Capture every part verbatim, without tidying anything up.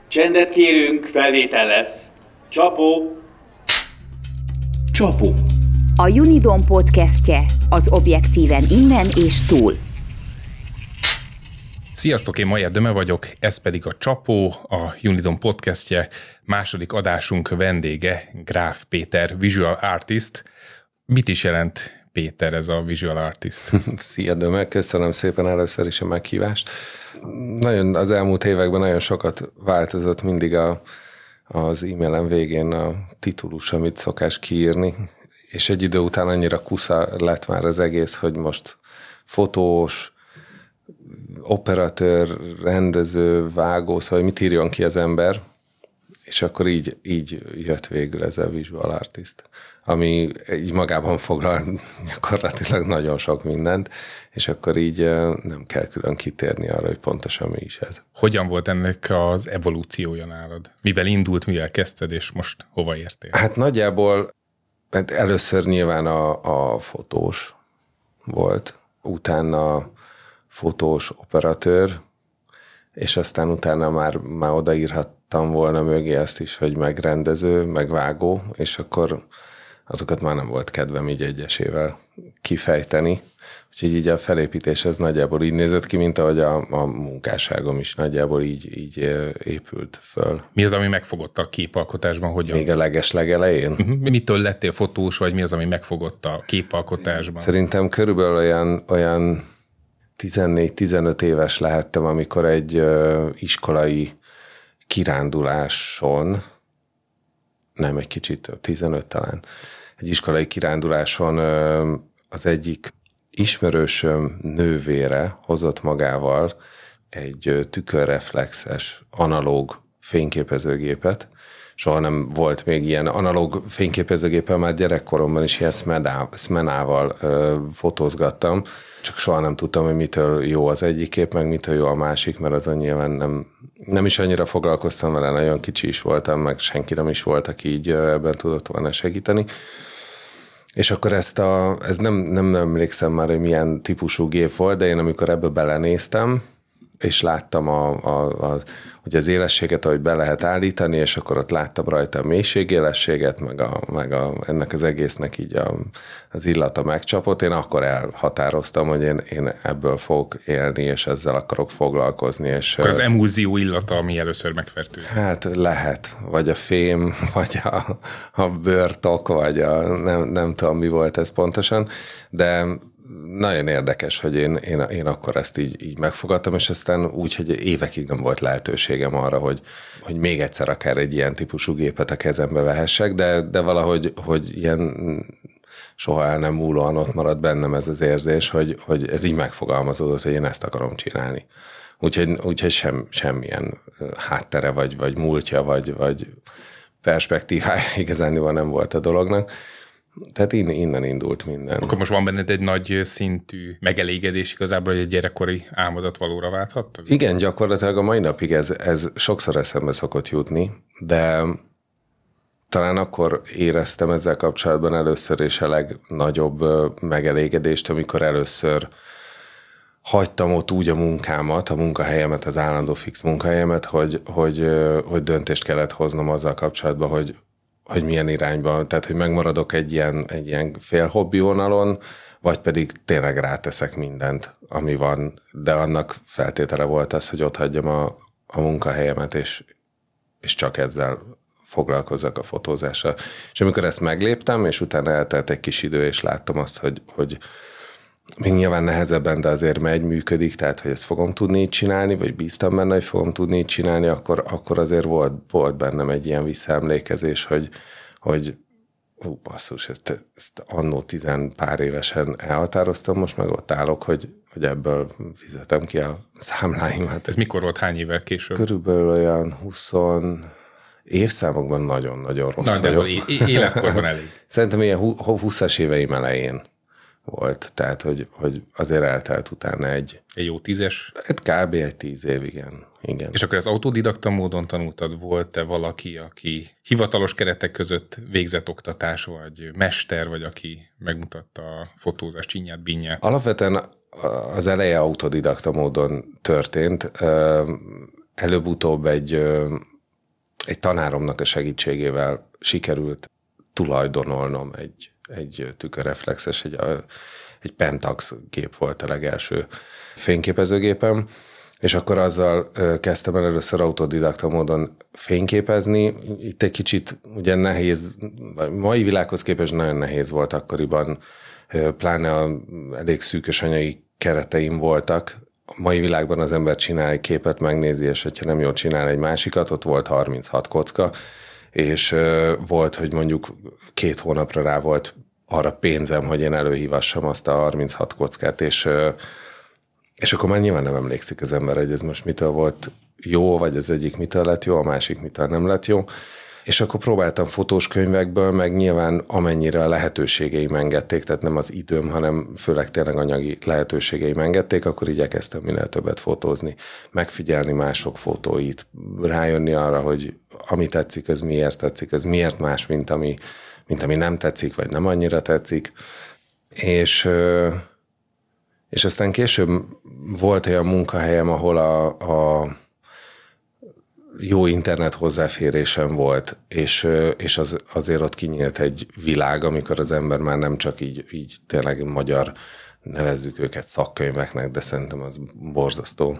Csendet kérünk, felvétel lesz. Csapó! Csapó. A Unidom podcastje az objektíven innen és túl. Sziasztok, én Majer Döme vagyok, ez pedig a Csapó, a Unidom podcastje, második adásunk vendége, Gráf Péter, visual artist. Mit is jelent, Péter, ez a visual artist? Szia Döme, köszönöm szépen először is a meghívást. Nagyon az elmúlt években nagyon sokat változott mindig a, az e-mailen végén a titulus, amit szokás kiírni, és egy idő után annyira kusza lett már az egész, hogy most fotós, operatőr, rendező, vágó, szóval mit írjon ki az ember, és akkor így, így jött végül ez a visual artist, ami így magában foglal gyakorlatilag nagyon sok mindent, és akkor így nem kell külön kitérni arra, hogy pontosan mi is ez. Hogyan volt ennek az evolúciója nálad? Mivel indult, mivel kezdted, és most hova értél? Hát nagyjából hát először nyilván a, a fotós volt, utána fotós operatőr, és aztán utána már, már odaírhattam volna mögé azt is, hogy megrendező, megvágó, és akkor azokat már nem volt kedvem így egyesével kifejteni. Úgyhogy így a felépítés az nagyjából így nézett ki, mint ahogy a, a munkásságom is nagyjából így, így épült föl. Mi az, ami megfogott a képalkotásban? Hogyan? Még a leges-legelején? Uh-huh. Mitől lettél fotós, vagy mi az, ami megfogott a képalkotásban? Szerintem körülbelül olyan, olyan tizennégy-tizenöt éves lehettem, amikor egy ö, iskolai kiránduláson, nem egy kicsit több, tizenöt talán, egy iskolai kiránduláson ö, az egyik ismerősöm nővére hozott magával egy tükörreflexes analóg fényképezőgépet. Soha nem volt még ilyen analóg fényképezőgéppel, már gyerekkoromban is ilyen szmenával ö, fotózgattam, csak soha nem tudtam, hogy mitől jó az egyik kép, meg mitől jó a másik, mert azon nyilván nem, nem is annyira foglalkoztam vele, nagyon kicsi is voltam, meg senki nem is volt, aki így ebben tudott volna segíteni. És akkor ezt a, ez nem, nem emlékszem már, hogy milyen típusú gép volt, de én amikor ebbe belenéztem, és láttam, a, a, a, hogy az élességet, ahogy be lehet állítani, és akkor ott láttam rajta a mélységélességet, meg, a, meg a, ennek az egésznek így a, az illata megcsapott. Én akkor elhatároztam, hogy én, én ebből fogok élni, és ezzel akarok foglalkozni. És akkor az emulzió illata, ami először megfertődik. Hát lehet, vagy a fém, vagy a, a bőrtok, vagy a, nem, nem tudom, mi volt ez pontosan, de nagyon érdekes, hogy én, én, én akkor ezt így, így megfogadtam, és aztán úgy, hogy évekig nem volt lehetőségem arra, hogy, hogy még egyszer akár egy ilyen típusú gépet a kezembe vehessek, de, de valahogy hogy ilyen soha el nem múlóan ott maradt bennem ez az érzés, hogy, hogy ez így megfogalmazódott, hogy én ezt akarom csinálni. Úgyhogy, úgyhogy sem, semmilyen háttere, vagy, vagy múltja, vagy, vagy perspektívája igazán nem volt a dolognak. Tehát innen, innen indult minden. Akkor most van benned egy nagy szintű megelégedés igazából, hogy egy gyerekkori álmodat valóra válthattad? Igen, gyakorlatilag a mai napig ez, ez sokszor eszembe szokott jutni, de talán akkor éreztem ezzel kapcsolatban először és a legnagyobb megelégedést, amikor először hagytam ott úgy a munkámat, a munkahelyemet, az állandó fix munkahelyemet, hogy, hogy, hogy döntést kellett hoznom azzal kapcsolatban, hogy hogy milyen irányban, tehát hogy megmaradok egy ilyen, egy ilyen fél hobbi vonalon, vagy pedig tényleg ráteszek mindent, ami van, de annak feltétele volt az, hogy ott hagyjam a, a munkahelyemet, és, és csak ezzel foglalkozzak a fotózással. És amikor ezt megléptem, és utána eltelt egy kis idő, és láttam azt, hogy, hogy még nyilván nehezebben, de azért megy, működik, tehát hogy ezt fogom tudni így csinálni, vagy bíztam benne, hogy fogom tudni így csinálni, akkor, akkor azért volt, volt bennem egy ilyen visszaemlékezés, hogy, hogy hú, basszus, ezt, ezt annó tizen pár évesen elhatároztam, most meg ott állok, hogy, hogy ebből fizetem ki a számláimat. Ez mikor volt, hány évvel később? Körülbelül olyan húsz évszámokban nagyon-nagyon rossz Na, vagyok. É- életkorban elég. Szerintem ilyen húszas éveim elején volt, tehát hogy, hogy azért eltelt utána egy... Egy jó tízes? Hát kb. Egy tíz év, igen. igen. És akkor az autodidakta módon tanultad? Volt-e valaki, aki hivatalos keretek között végzett oktatás, vagy mester, vagy aki megmutatta a fotózás csinyát, bínyát? Alapvetően az eleje autodidakta módon történt. Előbb-utóbb egy egy tanáromnak a segítségével sikerült tulajdonolnom egy, egy tükörreflexes, egy, egy Pentax gép volt a legelső fényképezőgépem, és akkor azzal kezdtem el először autodidakta módon fényképezni. Itt egy kicsit ugye nehéz, a mai világhoz képest nagyon nehéz volt akkoriban, pláne a elég szűkös anyagi kereteim voltak. A mai világban az ember csinál egy képet, megnézi, és hogyha nem jól csinál egy másikat, ott volt harminchat kocka, és volt, hogy mondjuk két hónapra rá volt arra pénzem, hogy én előhívassam azt a harminchat kockát, és, és akkor már nyilván nem emlékszik az ember, hogy ez most mitől volt jó, vagy az egyik mitől lett jó, a másik mitől nem lett jó. És akkor próbáltam fotós könyvekből, meg nyilván amennyire a lehetőségeim engedték, tehát nem az időm, hanem főleg tényleg anyagi lehetőségeim engedték, akkor igyekeztem minél többet fotózni, megfigyelni mások fotóit, rájönni arra, hogy ami tetszik, az miért tetszik, az miért más, mint ami, mint ami nem tetszik, vagy nem annyira tetszik. És, és aztán később volt olyan munkahelyem, ahol a, a jó internet hozzáférésem volt, és, és az, azért ott kinyílt egy világ, amikor az ember már nem csak így, így tényleg magyar, nevezzük őket szakkönyveknek, de szerintem az borzasztó,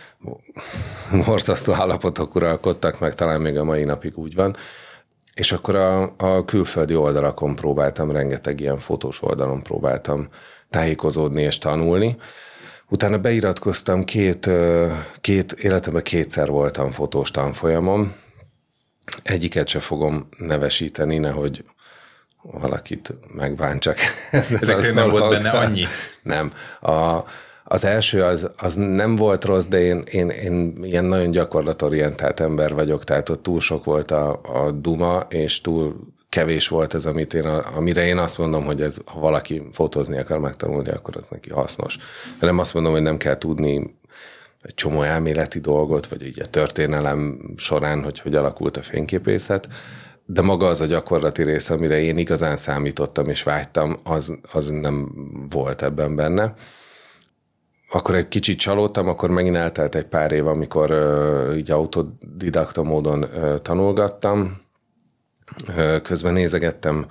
borzasztó állapotok uralkodtak, meg talán még a mai napig úgy van. És akkor a, a külföldi oldalakon próbáltam, rengeteg ilyen fotós oldalon próbáltam tájékozódni és tanulni. Utána beiratkoztam, két, két életemben kétszer voltam fotós tanfolyamon. Egyiket se fogom nevesíteni, nehogy valakit megbántsak. Ezek szerint nem volt benne annyi? Nem. A, az első az, az nem volt rossz, de én, én, én ilyen nagyon gyakorlatorientált ember vagyok, tehát ott túl sok volt a, a duma, és túl kevés volt ez, amit én, amire én azt mondom, hogy ez, ha valaki fotózni akar megtanulni, akkor az neki hasznos. De nem azt mondom, hogy nem kell tudni egy csomó elméleti dolgot, vagy így a történelem során, hogy hogy alakult a fényképészet, de maga az a gyakorlati rész, amire én igazán számítottam és vágytam, az, az nem volt ebben benne. Akkor egy kicsit csalódtam, akkor megint eltelt egy pár év, amikor uh, így autodidakta módon uh, tanulgattam. Uh, közben nézegettem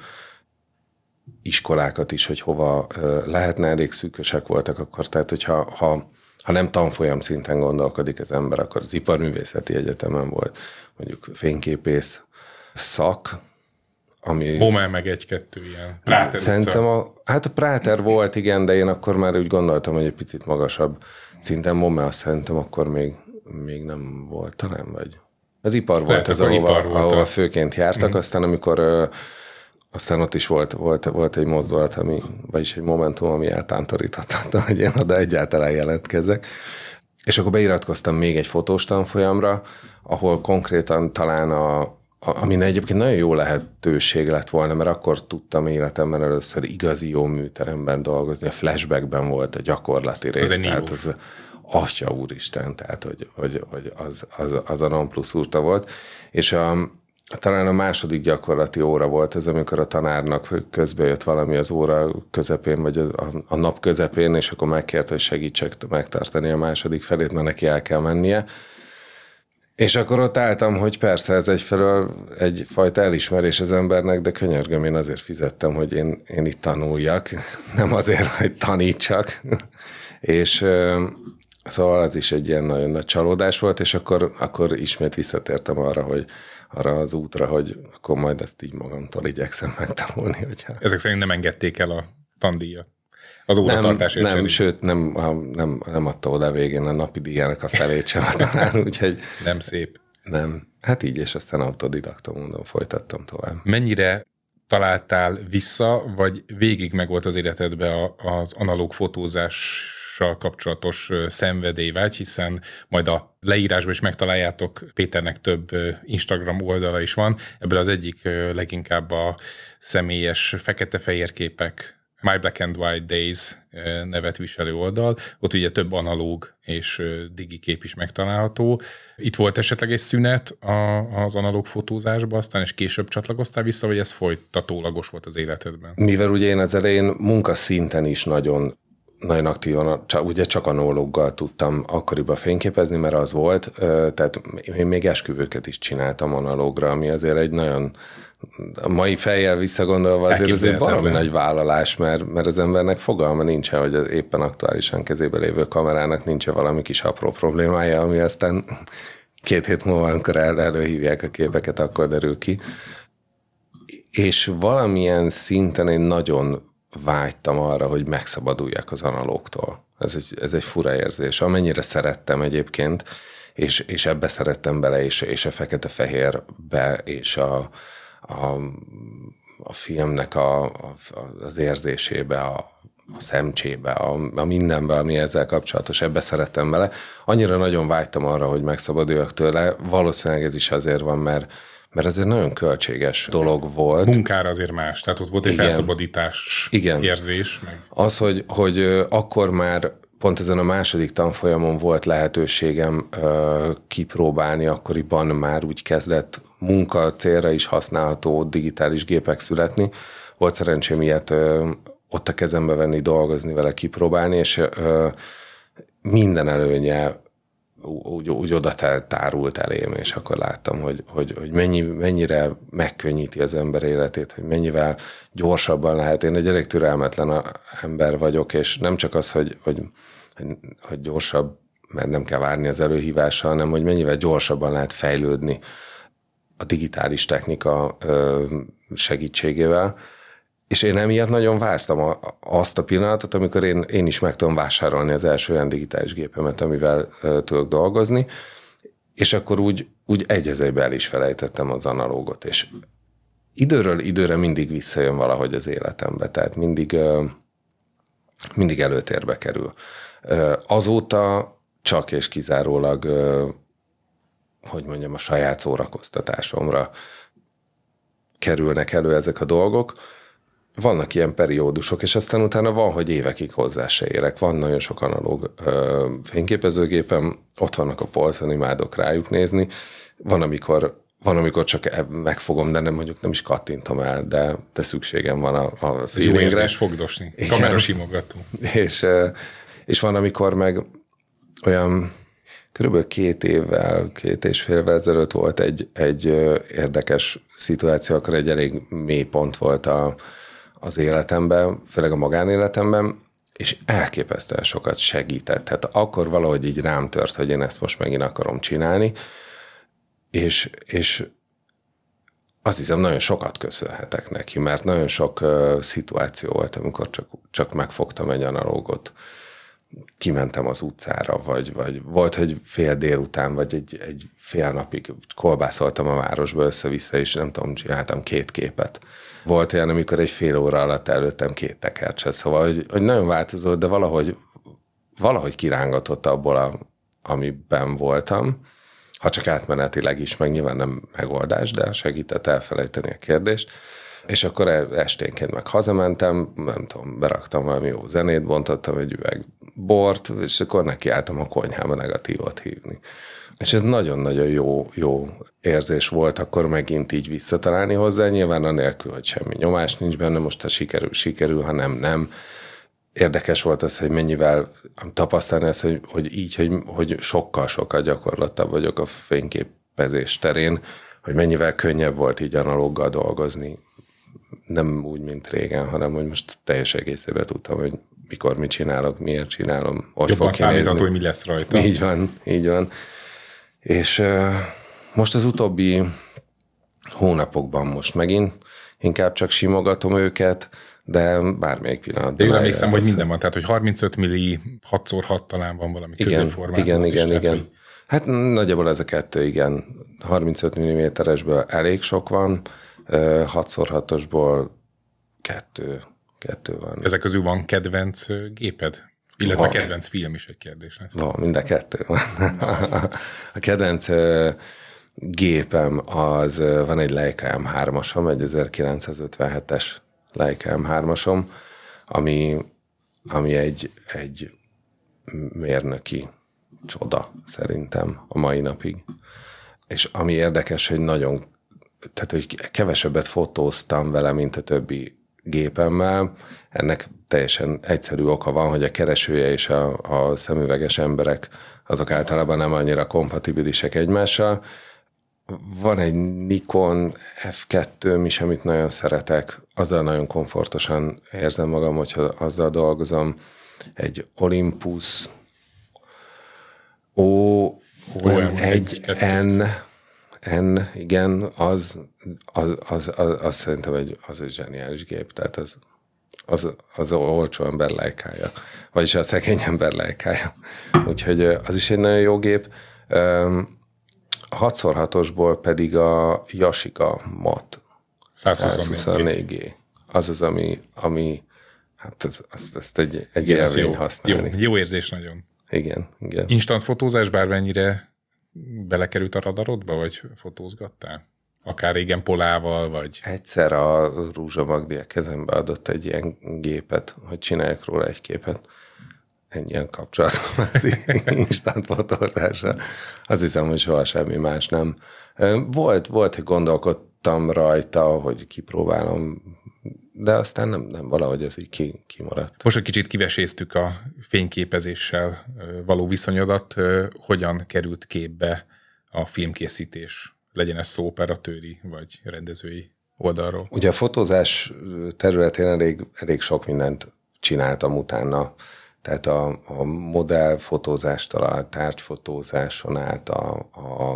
iskolákat is, hogy hova uh, lehetne, elég szűkösek voltak akkor, tehát hogyha ha, ha nem tanfolyam szinten gondolkodik az ember, akkor az Iparművészeti Egyetemen volt mondjuk fényképész szak, ami... Bomel meg egy-kettő ilyen. Práter Szerintem a, hát a Práter volt, igen, de én akkor már úgy gondoltam, hogy egy picit magasabb szinten Bomel, azt szerintem akkor még, még nem volt talán, vagy... Az ipar volt Lehet, ez, ahova, ahova, ahova főként jártak, mm. aztán amikor ö, aztán ott is volt, volt, volt egy mozdulat, ami, vagyis egy momentum, ami eltántorította, hogy én oda egyáltalán jelentkezzek. És akkor beiratkoztam még egy fotós tanfolyamra, ahol konkrétan talán a amin egyébként nagyon jó lehetőség lett volna, mert akkor tudtam életemben először igazi jó műteremben dolgozni, a flashbackben volt a gyakorlati rész, az tehát az atya úristen, tehát hogy, hogy, hogy az, az, az a non plus ultra volt, és a, talán a második gyakorlati óra volt ez, amikor a tanárnak közbe jött valami az óra közepén, vagy a, a nap közepén, és akkor megkért, hogy segítsek megtartani a második felét, mert neki el kell mennie. És akkor ott álltam, hogy persze ez egyfelől egyfajta elismerés az embernek, de könyörgöm, én azért fizettem, hogy én, én itt tanuljak, nem azért, hogy tanítsak. És szóval az is egy ilyen nagyon nagy csalódás volt, és akkor, akkor ismét visszatértem arra, hogy arra az útra, hogy akkor majd ezt így magamtól igyekszem megtanulni. Hogyha... Ezek szerint nem engedték el a tandíjat. Az óratartásért nem, nem, sőt, nem, nem, nem adta oda végén a napi díjának a felét sem talán, úgyhogy... Nem szép. Nem. Hát így, és aztán autodidakta módon folytattam tovább. Mennyire találtál vissza, vagy végig meg volt az életedben az analóg fotózással kapcsolatos szenvedélyvágy, hiszen majd a leírásban is megtaláljátok, Péternek több Instagram oldala is van, ebből az egyik leginkább a személyes fekete-fehér képek, My Black and White Days nevet viselő oldal, ott ugye több analóg és digi kép is megtalálható. Itt volt esetleg egy szünet az analóg fotózásban, aztán és később csatlakoztál vissza, vagy ez folytatólagos volt az életedben? Mivel ugye én az elején munkaszinten is nagyon, nagyon aktívan, ugye csak analóggal tudtam akkoriban fényképezni, mert az volt, tehát én még esküvőket is csináltam analógra, ami azért egy nagyon, a mai fejjel visszagondolva azért ez egy baromi nagy vállalás, mert, mert az embernek fogalma nincsen, hogy az éppen aktuálisan kezébe lévő kamerának nincsen valami kis apró problémája, ami aztán két hét múlva, amikor el, előhívják a képeket, akkor derül ki. És valamilyen szinten én nagyon vágytam arra, hogy megszabaduljak az analógtól. Ez egy, ez egy fura érzés. Amennyire szerettem egyébként, és, és ebbe szerettem bele, és, és a fekete-fehérbe, és a, a, a filmnek a, a, az érzésébe, a, a szemcsébe, a, a mindenbe, ami ezzel kapcsolatos, ebbe szerettem bele. Annyira nagyon vágytam arra, hogy megszabaduljak tőle. Valószínűleg ez is azért van, mert mert ez egy nagyon költséges dolog volt. Munkára azért más, tehát ott volt egy Igen. felszabadítás Igen. érzés. Meg. Az, hogy, hogy akkor már pont ezen a második tanfolyamon volt lehetőségem uh, kipróbálni, akkoriban már úgy kezdett munka célra is használható digitális gépek születni. Volt szerencsém ilyet uh, ott a kezembe venni, dolgozni vele, kipróbálni, és uh, minden előnye úgy, úgy oda tárult elém, és akkor láttam, hogy, hogy, hogy mennyi, mennyire megkönnyíti az ember életét, hogy mennyivel gyorsabban lehet. Én egy elég türelmetlen ember vagyok, és nem csak az, hogy, hogy, hogy gyorsabb, mert nem kell várni az előhívással, hanem hogy mennyivel gyorsabban lehet fejlődni a digitális technika segítségével. És én emiatt nagyon vártam azt a pillanatot, amikor én, én is meg tudom vásárolni az első olyan digitális gépemet, amivel uh, tudok dolgozni, és akkor úgy, úgy egy az egybe el is felejtettem az analógot, és időről időre mindig visszajön valahogy az életembe, tehát mindig, uh, mindig előtérbe kerül. Uh, azóta csak és kizárólag, uh, hogy mondjam, a saját szórakoztatásomra kerülnek elő ezek a dolgok. Vannak ilyen periódusok, és aztán utána van, hogy évekig hozzá se érek. Van nagyon sok analóg ö, fényképezőgépem, ott vannak a polcon, imádok rájuk nézni. Van, amikor, van, amikor csak megfogom, de nem, mondjuk nem is kattintom el, de, de szükségem van a, a feelingre. Jó érzés fogdosni, kamerasimogató. És, és van, amikor meg olyan körülbelül két évvel, két és félvel ezelőtt volt egy, egy érdekes szituáció, akkor egy elég mély pont volt a az életemben, főleg a magánéletemben, és elképesztően sokat segített. Tehát akkor valahogy így rám tört, hogy én ezt most megint akarom csinálni, és, és azt hiszem, nagyon sokat köszönhetek neki, mert nagyon sok uh, szituáció volt, amikor csak, csak megfogtam egy analógot, kimentem az utcára, vagy, vagy volt, hogy fél délután, vagy egy, egy fél napig kolbászoltam a városba össze-vissza, és nem tudom, csináltam két képet. Volt olyan, amikor egy fél óra alatt előttem két tekercset, szóval, hogy, hogy nagyon változott, de valahogy, valahogy kirángatott abból, a, amiben voltam, ha csak átmenetileg is, meg nyilván nem megoldás, de segített elfelejteni a kérdést. És akkor esténként meg hazamentem, nem tudom, beraktam valami jó zenét, bontottam egy üveg bort, és akkor nekiálltam a konyhába negatívot hívni. És ez nagyon-nagyon jó, jó érzés volt akkor megint így visszatalálni hozzá, nyilván anélkül, hogy semmi nyomás nincs benne, most ha sikerül, sikerül, ha nem, nem. Érdekes volt az, hogy mennyivel tapasztalni ezt, hogy, hogy így, hogy, hogy sokkal-sokkal gyakorlatabb vagyok a fényképezés terén, hogy mennyivel könnyebb volt így analóggal dolgozni. Nem úgy, mint régen, hanem hogy most teljes egészében tudtam, hogy mikor mit csinálok, miért csinálom. Hogy jobban számítható, hogy mi lesz rajta. Így van, így van. És uh, most az utóbbi hónapokban most megint inkább csak simogatom őket, de bármelyik pillanatban. De jól emlékszem, hogy minden van, tehát hogy harmincöt milli, hat szor hat talán van valami középformátum. Igen, igen, is, igen. Tehát, hogy... Hát nagyjából ez a kettő, igen. harmincöt milliméteresből elég sok van, hat szor hatosból kettő, kettő van. Ezek közül van kedvenc géped? Illetve van. Kedvenc film is egy kérdés lesz. Van, mind a kettő van. A kedvenc gépem az, van egy Leica em hármasom, egy ezerkilencszázötvenhetes Leica em hármasom, ami, ami egy, egy mérnöki csoda szerintem a mai napig. És ami érdekes, hogy nagyon, tehát hogy kevesebbet fotóztam vele, mint a többi gépemmel. Ennek teljesen egyszerű oka van, hogy a keresője és a, a szemüveges emberek azok általában nem annyira kompatibilisek egymással. Van egy Nikon ef kettőm is, amit nagyon szeretek, azzal nagyon komfortosan érzem magam, hogyha azzal dolgozom. Egy Olympus O egy N, N, igen, az, az, az, az, az szerintem egy, az egy zseniális gép, tehát az, az, az olcsó ember lejkája, vagyis a szegény ember lejkája. Úgyhogy az is egy nagyon jó gép. A hat szor hatosból pedig a Yashica Mat száz huszonnégy gé. Az az, ami, ami hát ez, ezt, ezt egy, egy élmény használni. Jó, jó érzés nagyon. Igen, igen. Instant fotózás bármennyire belekerült a radarodba, vagy fotózgattál? Akár régen Polával, vagy... Egyszer a Rúzsa Magdi a kezembe adott egy ilyen gépet, hogy csináljak róla egy képet. Ennyien kapcsolatom az instant fotózásra. Azt hiszem, hogy soha semmi más nem. Volt, volt, hogy gondolkodtam rajta, hogy kipróbálom, de aztán nem, nem valahogy ez így ki, kimaradt. Most egy kicsit kiveséztük a fényképezéssel való viszonyodat. Hogyan került képbe a filmkészítés? Legyen ez szó operatőri vagy rendezői oldalról? Ugye a fotózás területén elég, elég sok mindent csináltam utána. Tehát a, a modellfotózástól a tárgyfotózáson át a, a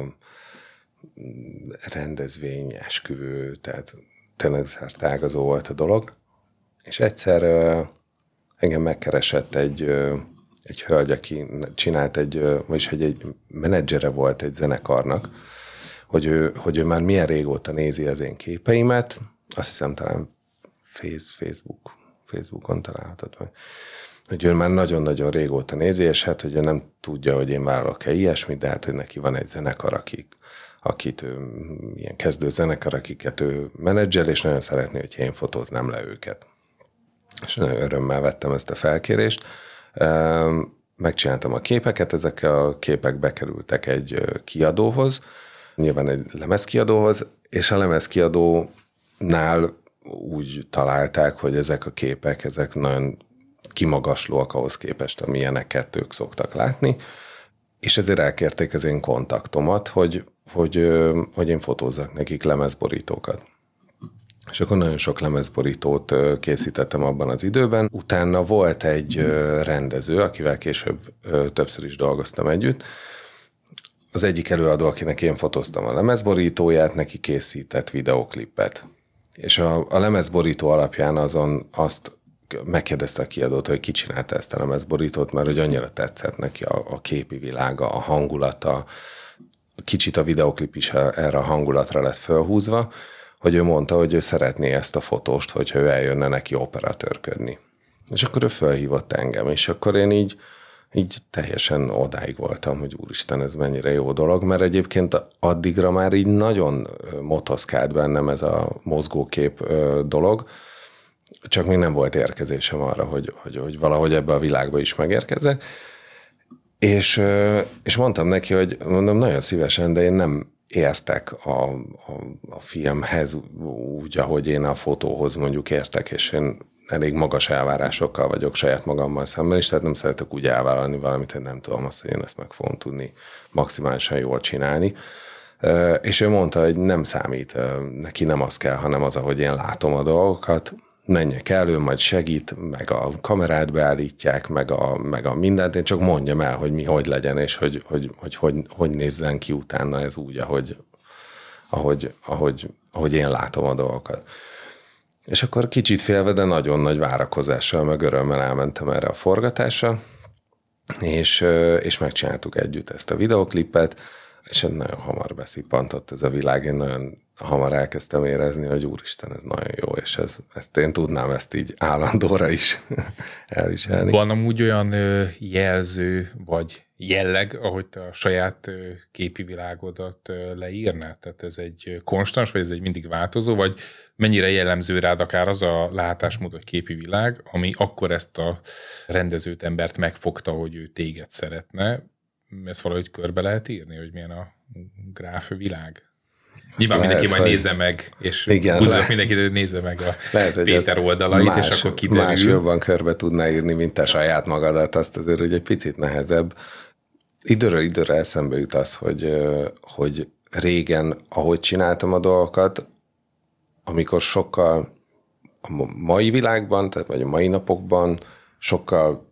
rendezvény, esküvő, tehát tényleg szertágazó volt a dolog. És egyszer uh, engem megkeresett egy, uh, egy hölgy, aki csinált egy, uh, vagyis hogy egy menedzsere volt egy zenekarnak, hogy ő, hogy ő már milyen régóta nézi az én képeimet, azt hiszem talán Facebook, Facebookon találhatod meg, hogy ő már nagyon-nagyon régóta nézi, és hát hogy nem tudja, hogy én vállalok-e ilyesmit, de hát, hogy neki van egy zenekar, akik, akit ő, ilyen kezdő zenekar, akiket ő menedzsel, és nagyon szeretné, hogy én fotóznám le őket. És nagyon örömmel vettem ezt a felkérést. Megcsináltam a képeket, ezek a képek bekerültek egy kiadóhoz, nyilván egy lemezkiadóhoz, és a lemezkiadónál úgy találták, hogy ezek a képek, ezek nagyon kimagaslóak ahhoz képest, amilyeneket ők szoktak látni, és ezért elkérték az én kontaktomat, hogy, hogy, hogy én fotózzak nekik lemezborítókat. És akkor nagyon sok lemezborítót készítettem abban az időben. Utána volt egy rendező, akivel később többször is dolgoztam együtt. Az egyik előadó, akinek én fotóztam a lemezborítóját, neki készített videóklipet. És a, a lemezborító alapján azon azt megkérdezte a kiadót, hogy ki csinálta ezt a lemezborítót, mert hogy annyira tetszett neki a, a képi világa, a hangulata, kicsit a videoklip is erre a hangulatra lett fölhúzva, hogy ő mondta, hogy ő szeretné ezt a fotóst, hogyha ő eljönne neki operatőrködni. És akkor ő felhívott engem, és akkor én így, így teljesen odáig voltam, hogy úristen, ez mennyire jó dolog, mert egyébként addigra már így nagyon motoszkált bennem ez a mozgókép dolog, csak még nem volt érkezésem arra, hogy, hogy, hogy valahogy ebbe a világba is megérkezzek. És, és mondtam neki, hogy mondom, nagyon szívesen, de én nem értek a, a, a filmhez úgy, ahogy én a fotóhoz mondjuk értek, és én elég magas elvárásokkal vagyok saját magammal szemben is, tehát nem szeretek úgy elvállalni valamit, hogy nem tudom azt, hogy én ezt meg fogom tudni maximálisan jól csinálni. És ő mondta, hogy nem számít, neki nem az kell, hanem az, ahogy én látom a dolgokat, menjek el, ő majd segít, meg a kamerát beállítják, meg a, meg a mindent, én csak mondjam el, hogy mi hogy legyen, és hogy hogy, hogy, hogy, hogy nézzen ki utána ez úgy, ahogy, ahogy, ahogy, ahogy én látom a dolgokat. És akkor kicsit félve, de nagyon nagy várakozással, meg örömmel elmentem erre a forgatásra, és, és megcsináltuk együtt ezt a videoklipet, és nagyon hamar beszippantott ez a világ, én nagyon hamar elkezdtem érezni, hogy úristen, ez nagyon jó, és ez, ezt én tudnám ezt így állandóra is elviselni. Van amúgy olyan jelző, vagy jelleg, ahogy te a saját képi világodat leírnád? Tehát ez egy konstans, vagy ez egy mindig változó, vagy mennyire jellemző rád akár az a látásmód, vagy képi világ, ami akkor ezt a rendezőt, embert megfogta, hogy ő téged szeretne? Ezt valahogy körbe lehet írni, hogy milyen a gráf világ? Nyilván lehet, mindenki majd hogy... nézze meg, és húzzak mindenkit, hogy nézze meg a lehet, Péter oldalait, más, és akkor kiderül. Más jobban körbe tudná írni, mint te saját magadat, azt azért, hogy egy picit nehezebb. Időről időre eszembe jut az, hogy, hogy régen, ahogy csináltam a dolgokat, amikor sokkal a mai világban, tehát vagy a mai napokban sokkal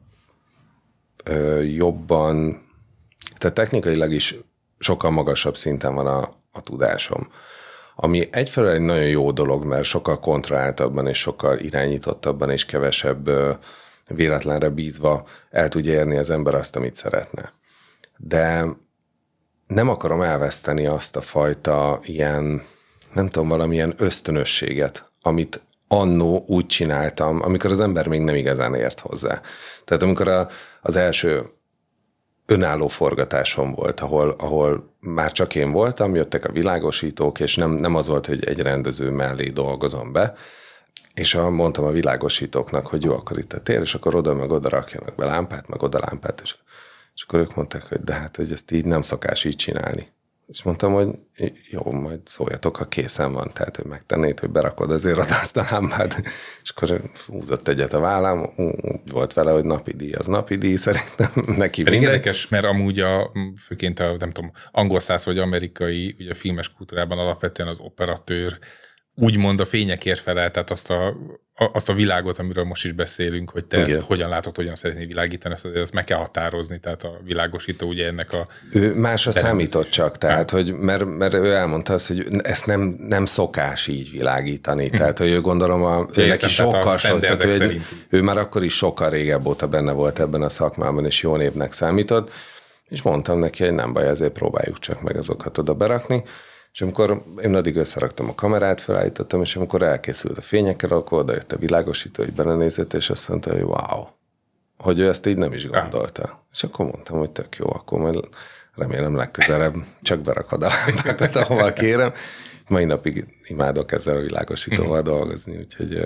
ö, jobban, tehát technikailag is sokkal magasabb szinten van a, a tudásom. Ami egyfelől egy nagyon jó dolog, mert sokkal kontrolláltabban és sokkal irányítottabban és kevesebb ö, véletlenre bízva el tudja érni az ember azt, amit szeretne. De nem akarom elveszteni azt a fajta ilyen, nem tudom, valamilyen ösztönösséget, amit annó úgy csináltam, amikor az ember még nem igazán ért hozzá. Tehát amikor a, az első önálló forgatásom volt, ahol, ahol már csak én voltam, jöttek a világosítók, és nem, nem az volt, hogy egy rendező mellé dolgozom be, és mondtam a világosítóknak, hogy jó, akkor itt a tér, és akkor oda meg oda rakjanak be lámpát, meg oda lámpát, és, és akkor ők mondták, hogy de hát, hogy ezt így nem szokás így csinálni. És mondtam, hogy jó, majd szóljatok, ha készen van, tehát, hogy megtennéd, hogy berakod azért oda azt a lámpát. És akkor húzott egyet a vállám, úgy volt vele, hogy napi díj, az napi díj, szerintem neki mindegy. érdekes, mert amúgy a, főként a, nem tudom, angol száz vagy amerikai, ugye a filmes kultúrában alapvetően az operatőr úgymond a fényekért felel, tehát azt a, azt a világot, amiről most is beszélünk, hogy te Igen. ezt hogyan látod, hogyan szeretnél világítani, azt, azt meg kell határozni, tehát a világosító ugye ennek a... Ő másra számított csak, tehát, hogy, mert, mert ő elmondta azt, hogy ezt nem, nem szokás így világítani, hmm. tehát, hogy ő gondolom, a, ő neki sokkal, so, tehát ő, egy, ő már akkor is sokkal régebb óta benne volt ebben a szakmában, és jó névnek számított, és mondtam neki, hogy nem baj, azért próbáljuk csak meg azokat oda berakni. És amikor én addig összeraktam a kamerát, felállítottam, és amikor elkészült a fényekkel, akkor oda jött a világosító, hogy belenézett, és azt mondta, hogy wow, hogy ő ezt így nem is gondolta. Ah. És akkor mondtam, hogy tök jó, akkor majd remélem legközelebb csak berakod a lámpákat, ahova kérem. Mai napig imádok ezzel a világosítóval dolgozni, úgyhogy...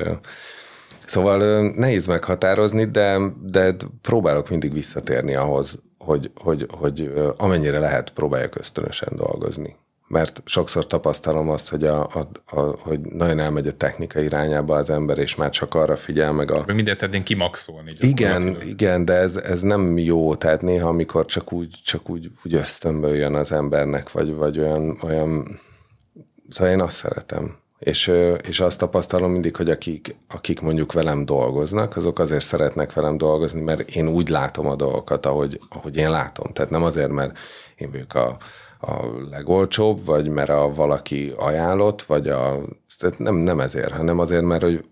Szóval nehéz meghatározni, de, de próbálok mindig visszatérni ahhoz, hogy, hogy, hogy amennyire lehet, próbáljak ösztönösen dolgozni. Mert sokszor tapasztalom azt, hogy, a, a, a, hogy nagyon elmegy a technika irányába az ember, és már csak arra figyel meg a... Mindent szeretnénk kimaxolni. Igen, igen, de ez, ez nem jó, tehát néha, amikor csak úgy, csak úgy, úgy ösztönből jön az embernek, vagy, vagy olyan, olyan... Szóval én azt szeretem. És, és azt tapasztalom mindig, hogy akik, akik mondjuk velem dolgoznak, azok azért szeretnek velem dolgozni, mert én úgy látom a dolgokat, ahogy, ahogy én látom. Tehát nem azért, mert én vagyok a a legolcsóbb, vagy mert a valaki ajánlott, vagy a... Tehát nem, nem ezért, hanem azért, mert hogy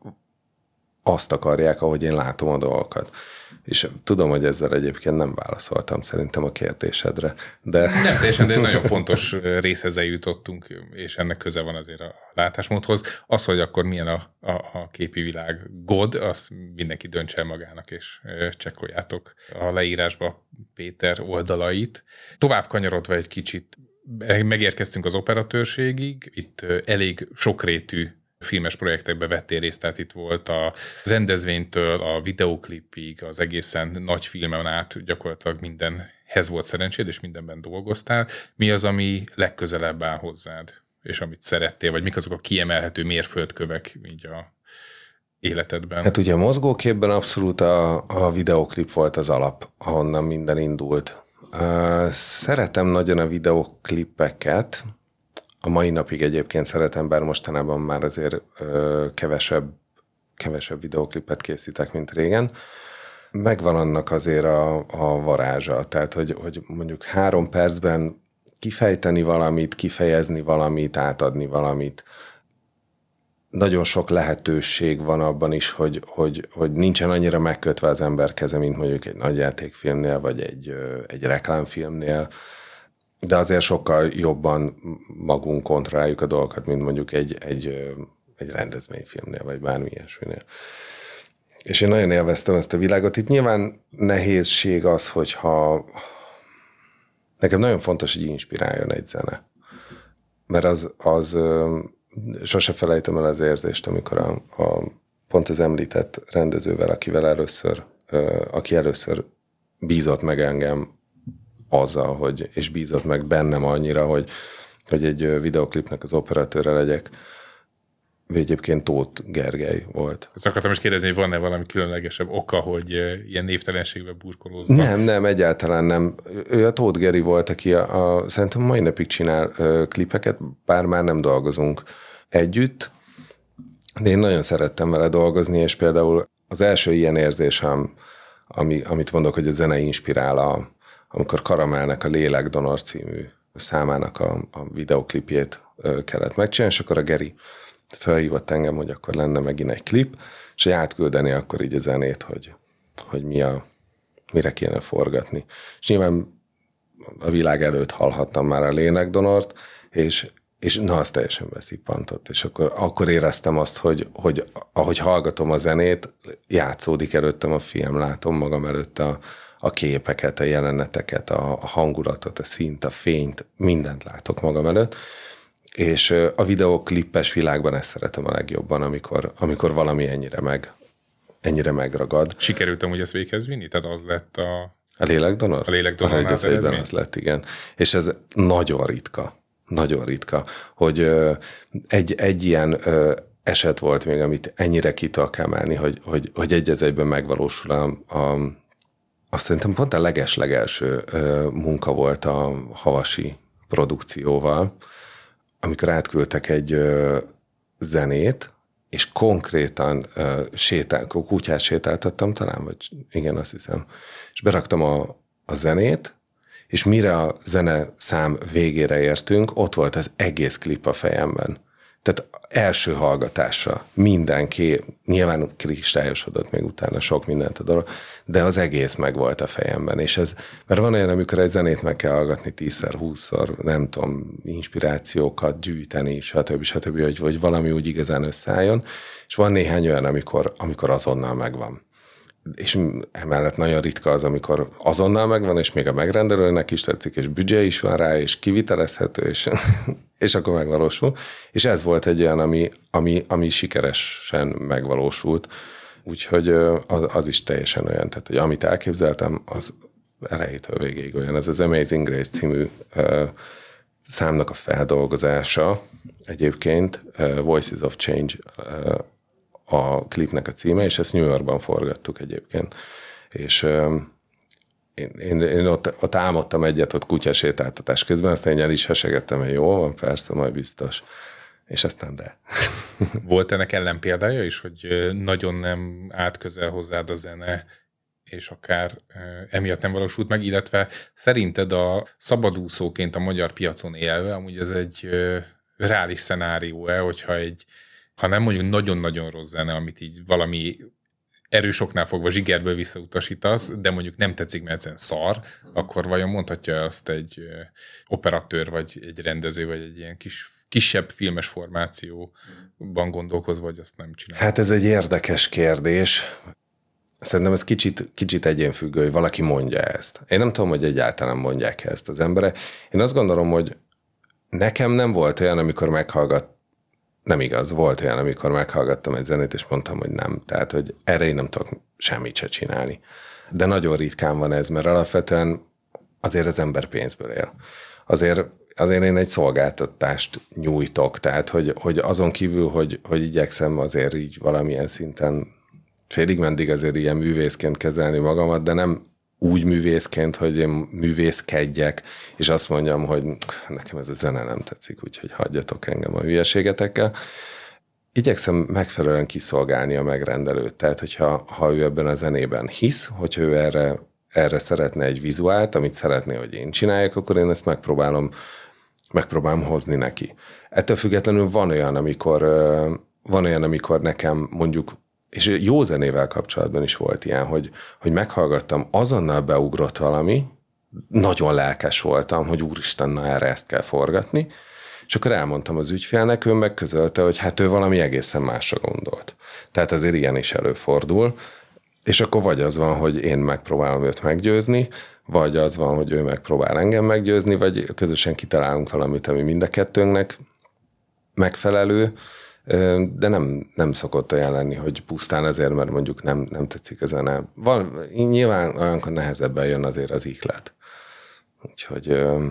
azt akarják, ahogy én látom a dolgokat. És tudom, hogy ezzel egyébként nem válaszoltam szerintem a kérdésedre, de... Nem teljesen, de egy nagyon fontos részhez eljutottunk, és ennek köze van azért a látásmódhoz. Az, hogy akkor milyen a, a, a képi világ god, azt mindenki döntse el magának, és csekkoljátok a leírásba Péter oldalait. Tovább kanyarodva egy kicsit, megérkeztünk az operatőrségig, itt elég sokrétű filmes projektekbe vettél részt, tehát itt volt a rendezvénytől a videóklipig, az egészen nagy filmen át gyakorlatilag mindenhez volt szerencséd, és mindenben dolgoztál. Mi az, ami legközelebb áll hozzád, és amit szerettél, vagy mik azok a kiemelhető mérföldkövek így a életedben? Hát ugye a mozgóképben abszolút a, a videóklip volt az alap, ahonnan minden indult. Uh, szeretem nagyon a videóklipeket, a mai napig egyébként szeretem, bár mostanában már azért ö, kevesebb, kevesebb videóklipet készítek, mint régen. Megvan annak azért a, a varázsa, tehát hogy, hogy mondjuk három percben kifejteni valamit, kifejezni valamit, átadni valamit. Nagyon sok lehetőség van abban is, hogy, hogy, hogy nincsen annyira megkötve az ember keze, mint mondjuk egy nagyjátékfilmnél, vagy egy, egy reklámfilmnél, de azért sokkal jobban magunk kontrolláljuk a dolgokat, mint mondjuk egy, egy, egy rendezvényfilmnél, vagy bármi ilyesminél. És én nagyon élveztem ezt a világot. Itt nyilván nehézség az, hogyha nekem nagyon fontos, hogy inspiráljon egy zene. Mert az, az sose felejtem el az érzést, amikor a, a pont az említett rendezővel, akivel először, aki először bízott meg engem azzal, hogy, és bízott meg bennem annyira, hogy, hogy egy videoklipnek az operatőre legyek. Egyébként Tóth Gergely volt. Ezt akartam is kérdezni, hogy van-e valami különlegesebb oka, hogy ilyen névtelenségbe burkolózva? Nem, nem, egyáltalán nem. Ő a Tóth Geri volt, aki a, a, szerintem mai napig csinál ö, klipeket, bár már nem dolgozunk együtt, de én nagyon szerettem vele dolgozni, és például az első ilyen érzésem, ami, amit mondok, hogy a zene inspirál, a, amikor Karamelnek a Lélekdonor című számának a, a videoklipjét ö, kellett megcsinálni, és akkor a Geri felhívott engem, hogy akkor lenne megint egy klip, és átküldeni akkor így a zenét, hogy, hogy mi a, mire kéne forgatni. És nyilván a világ előtt hallhattam már a Lélekdonort, és, és na, az teljesen beszippantott. És akkor, akkor éreztem azt, hogy, hogy ahogy hallgatom a zenét, játszódik előttem a film, látom magam előtt a, a képeket, a jeleneteket, a, a hangulatot, a színt, a fényt, mindent látok magam előtt. És a videoklippes világban ezt szeretem a legjobban, amikor, amikor valami ennyire, meg, ennyire megragad. Sikerült amúgy ezt véghez vinni? Tehát az lett a... A Lélekdonor? A Lélekdonor az egy az egyben az lett, igen. És ez nagyon ritka. Nagyon ritka, hogy egy, egy ilyen eset volt még, amit ennyire ki tudok emelni, hogy, hogy, hogy egy az egyben megvalósul a, a azt szerintem pont a leges-legelső munka volt a Havasi produkcióval, amikor átküldtek egy ö, zenét, és konkrétan ö, sétál, kutyát sétáltattam talán, vagy igen, azt hiszem, és beraktam a, a zenét, és mire a zene szám végére értünk, ott volt az egész klip a fejemben. Tehát első hallgatásra mindenki, nyilván kristályosodott még utána sok mindent a dolog, de az egész meg volt a fejemben. És ez, mert van olyan, amikor egy zenét meg kell hallgatni tízszer, húszszor, nem tudom, inspirációkat gyűjteni, stb. stb., hogy, hogy valami úgy igazán összeálljon, és van néhány olyan, amikor, amikor azonnal megvan. És emellett nagyon ritka az, amikor azonnal megvan, és még a megrendelőnek is tetszik, és büdzsé is van rá, és kivitelezhető, és, és akkor megvalósul. És ez volt egy olyan, ami, ami, ami sikeresen megvalósult. Úgyhogy az, az is teljesen olyan, tehát hogy amit elképzeltem, az elejétől végéig olyan. Ez az Amazing Grace című uh, számnak a feldolgozása egyébként, uh, Voices of Change uh, a klipnek a címe, és ezt New Yorkban forgattuk egyébként. És uh, én, én, én ott, ott álmodtam egyet, ott kutyasétáltatás közben, aztán én el is hesegettem, hogy jó van, persze, majd biztos. És aztán de. Volt ennek ellenpéldája is, hogy nagyon nem állt közel hozzád a zene, és akár emiatt nem valósult meg, illetve szerinted a szabadúszóként a magyar piacon élve, amúgy ez egy reális szenárió-e, hogyha egy, ha nem mondjuk nagyon-nagyon rossz zene, amit így valami erős oknál fogva zsigerből visszautasítasz, de mondjuk nem tetszik, mert egyszerűen szar, akkor vajon mondhatja azt egy operatőr, vagy egy rendező, vagy egy ilyen kis, kisebb filmes formációban gondolkozva, vagy azt nem csinál? Hát ez egy érdekes kérdés. Szerintem ez kicsit, kicsit egyénfüggő, hogy valaki mondja ezt. Én nem tudom, hogy egyáltalán mondják ezt az emberek. Én azt gondolom, hogy nekem nem volt olyan, amikor meghallgat, nem igaz, volt olyan, amikor meghallgattam egy zenét, és mondtam, hogy nem. Tehát, hogy erre én nem tudok semmit se csinálni. De nagyon ritkán van ez, mert alapvetően azért az ember pénzből él. Azért, azért én egy szolgáltatást nyújtok, tehát, hogy, hogy azon kívül, hogy, hogy igyekszem azért így valamilyen szinten félig mendig azért ilyen művészként kezelni magamat, de nem úgy művészként, hogy én művészkedjek, és azt mondjam, hogy nekem ez a zene nem tetszik, úgyhogy hagyjatok engem a hülyeségetekkel. Igyekszem megfelelően kiszolgálni a megrendelőt, tehát hogyha ha ő ebben a zenében hisz, hogyha ő erre, erre szeretne egy vizuált, amit szeretné, hogy én csináljak, akkor én ezt megpróbálom, megpróbálom hozni neki. Ettől függetlenül van olyan, amikor, van olyan, amikor nekem mondjuk, és jó zenével kapcsolatban is volt ilyen, hogy, hogy meghallgattam, azonnal beugrott valami, nagyon lelkes voltam, hogy úristen, na erre ezt kell forgatni, és akkor elmondtam az ügyfélnek, ő megközölte, hogy hát ő valami egészen másra gondolt. Tehát azért ilyen is előfordul, és akkor vagy az van, hogy én megpróbálom őt meggyőzni, vagy az van, hogy ő megpróbál engem meggyőzni, vagy közösen kitalálunk valamit, ami mind a kettőnknek megfelelő, de nem, nem szokott olyan lenni, hogy pusztán azért, mert mondjuk nem, nem tetszik a zene. Van, nyilván olyankor nehezebben jön azért az ihlet. Úgyhogy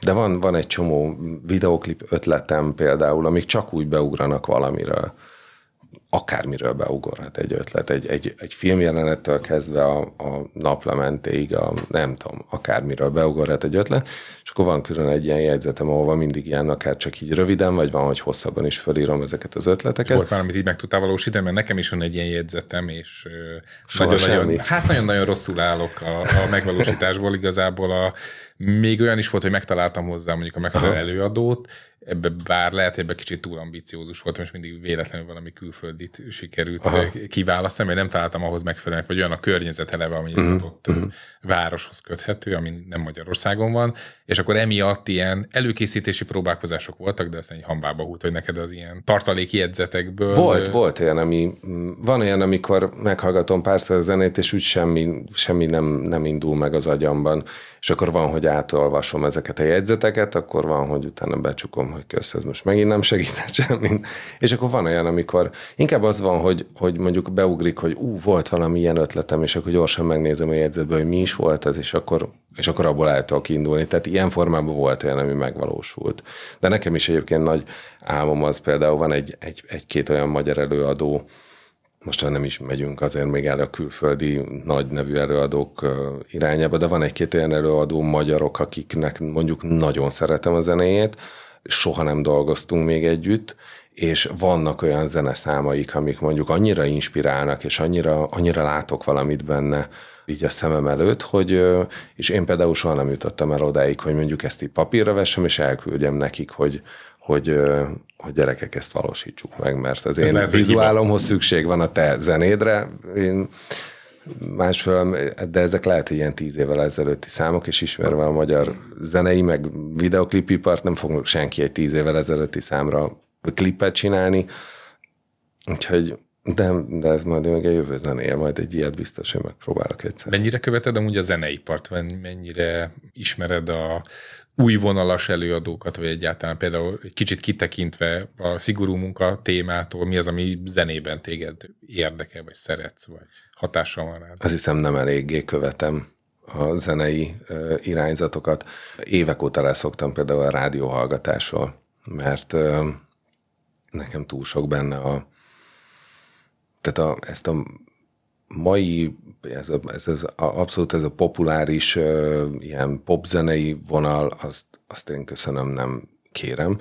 De van, van egy csomó videóklip ötletem például, amik csak úgy beugranak valamiről. Akármiről beugorhat egy ötlet. Egy, egy, egy filmjelenettől kezdve a, a naplementéig, a, nem tudom, akármiről beugorhat egy ötlet, és akkor van külön egy ilyen jegyzetem, ahol mindig ilyen, akár csak így röviden, vagy van, hogy hosszabban is fölírom ezeket az ötleteket. És volt már, amit így meg tudtál valósítani, mert nekem is van egy ilyen jegyzetem, és nagyon-nagyon, hát nagyon-nagyon rosszul állok a, a megvalósításból. Igazából a, még olyan is volt, hogy megtaláltam hozzá mondjuk a megfelelő előadót, ebbe bár lehet, hogy ebbe kicsit túl ambiciózus voltam, és mindig véletlenül valami külföldit sikerült Aha. kiválasztani, mert nem találtam ahhoz megfelelően, vagy olyan a környezet eleve, ami uh-huh. ott uh-huh. városhoz köthető, ami nem Magyarországon van, és akkor emiatt ilyen előkészítési próbálkozások voltak, de aztán egy hambába húlt, hogy neked az ilyen tartaléki jegyzetekből... Volt, volt olyan, ami... Van olyan, amikor meghallgatom párszor a zenét, és úgy semmi, semmi nem, nem indul meg az agyamban, és akkor van, hogy átolvasom ezeket a jegyzeteket, akkor van, hogy utána becsukom, hogy kösz, ez most megint nem segített semmit. És akkor van olyan, amikor inkább az van, hogy, hogy mondjuk beugrik, hogy ú, volt valami ilyen ötletem, és akkor gyorsan megnézem a jegyzetből, hogy mi is volt ez, és akkor, és akkor abból el tudok indulni. Tehát ilyen formában volt olyan, ami megvalósult. De nekem is egyébként nagy álmom az, például van egy, egy, egy-két olyan magyar előadó, most nem is megyünk azért még el a külföldi nagy nevű előadók irányába, de van egy-két olyan előadó magyarok, akiknek mondjuk nagyon szeretem a zenéjét, soha nem dolgoztunk még együtt, és vannak olyan zeneszámaik, amik mondjuk annyira inspirálnak, és annyira, annyira látok valamit benne így a szemem előtt, hogy, és én például soha nem jutottam el odáig, hogy mondjuk ezt így papírra vessem, és elküldjem nekik, hogy, hogy, hogy gyerekek, ezt valósítsuk meg, mert az Ez én lehet, vizuálomhoz szükség van a te zenédre, én másfél, de ezek lehet, hogy ilyen tíz évvel ezelőtti számok, és ismerve a magyar zenei, meg videoklipipart, nem fognak senki egy tíz évvel ezelőtti számra klippet csinálni, úgyhogy de, de ez majd még a jövő zenéje, majd egy ilyet biztos, hogy megpróbálok egyszer. Mennyire követed amúgy a zeneipart, mennyire ismered a új vonalas előadókat, vagy egyáltalán például egy kicsit kitekintve a szigorú munka témától, mi az, ami zenében téged érdekel, vagy szeretsz, vagy hatással van rád? Azt hiszem, nem eléggé követem a zenei uh, irányzatokat. Évek óta leszoktam például a rádióhallgatásról, mert uh, nekem túl sok benne a tehát a, ezt a mai, ez, a, ez az, a, abszolút ez a populáris uh, ilyen popzenei vonal, azt, azt én köszönöm, nem kérem.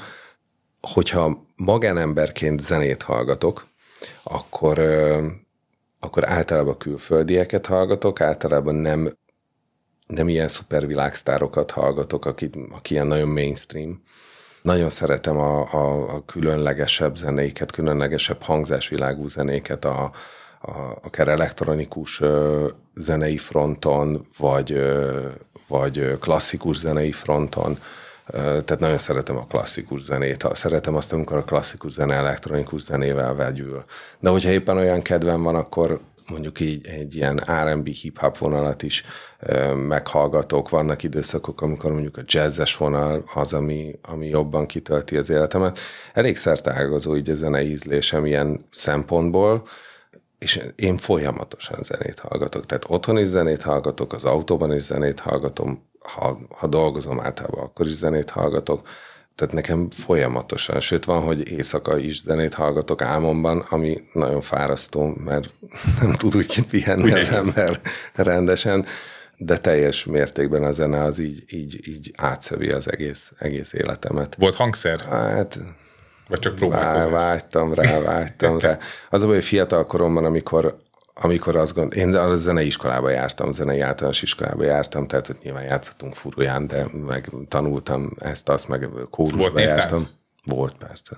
Hogyha magánemberként zenét hallgatok, akkor, uh, akkor általában külföldieket hallgatok, általában nem, nem ilyen szupervilágsztárokat hallgatok, aki, aki ilyen nagyon mainstream. Nagyon szeretem a, a, a különlegesebb zenéket, különlegesebb hangzásvilágú zenéket, a, a, akár elektronikus ö, zenei fronton, vagy, ö, vagy klasszikus zenei fronton. Ö, tehát nagyon szeretem a klasszikus zenét. Szeretem azt, amikor a klasszikus zene elektronikus zenével vegyül. De hogyha éppen olyan kedvem van, akkor mondjuk így egy ilyen er end bé hip-hop vonalat is ö, meghallgatok. Vannak időszakok, amikor mondjuk a jazzes vonal az, ami, ami jobban kitölti az életemet. Elég szerteágazó így a zenei ízlésem ilyen szempontból, és én folyamatosan zenét hallgatok. Tehát otthon is zenét hallgatok, az autóban is zenét hallgatom, ha, ha dolgozom általában, akkor is zenét hallgatok. Tehát nekem folyamatosan, sőt van, hogy éjszaka is zenét hallgatok álmomban, ami nagyon fárasztó, mert nem tud úgy pihenni az ember rendesen, de teljes mértékben a zene az így, így, így átszövi az egész, egész életemet. Volt hangszer? Hát... Vagy csak próbálkozás? Vágytam rá, vágytam rá. Az a baj, hogy fiatal koromban, amikor, amikor azt gondolom, én a zenei iskolába jártam, zenei általános iskolába jártam, tehát ott nyilván játszottunk furuján, de meg tanultam ezt, azt, meg kórusba jártam. Tánc? Volt, persze.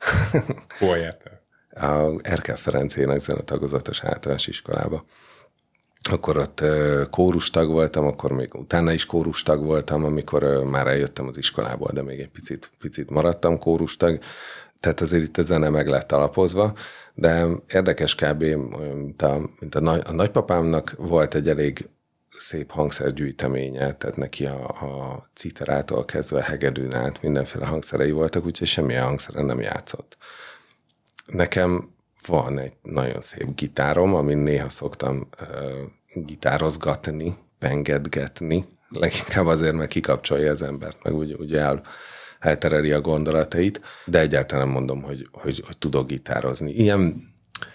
Hol jártál? A Erkel Ferencének zenetagozatos általános iskolába. Akkor ott kórustag voltam, akkor még utána is kórustag voltam, amikor már eljöttem az iskolából, de még egy picit, picit maradtam kórustag. Tehát azért itt a zene meg lett alapozva, de érdekes kb. Mint a, mint a, nagy, a nagypapámnak volt egy elég szép hangszergyűjteménye, tehát neki a, a citerától kezdve a hegedűn át mindenféle hangszerei voltak, úgyhogy semmilyen hangszeren nem játszott. Nekem van egy nagyon szép gitárom, amin néha szoktam uh, gitározgatni, pengedgetni, leginkább azért, mert kikapcsolja az embert, meg úgy, úgy el, eltereli a gondolatait, de egyáltalán nem mondom, hogy, hogy, hogy tudok gitározni. Ilyen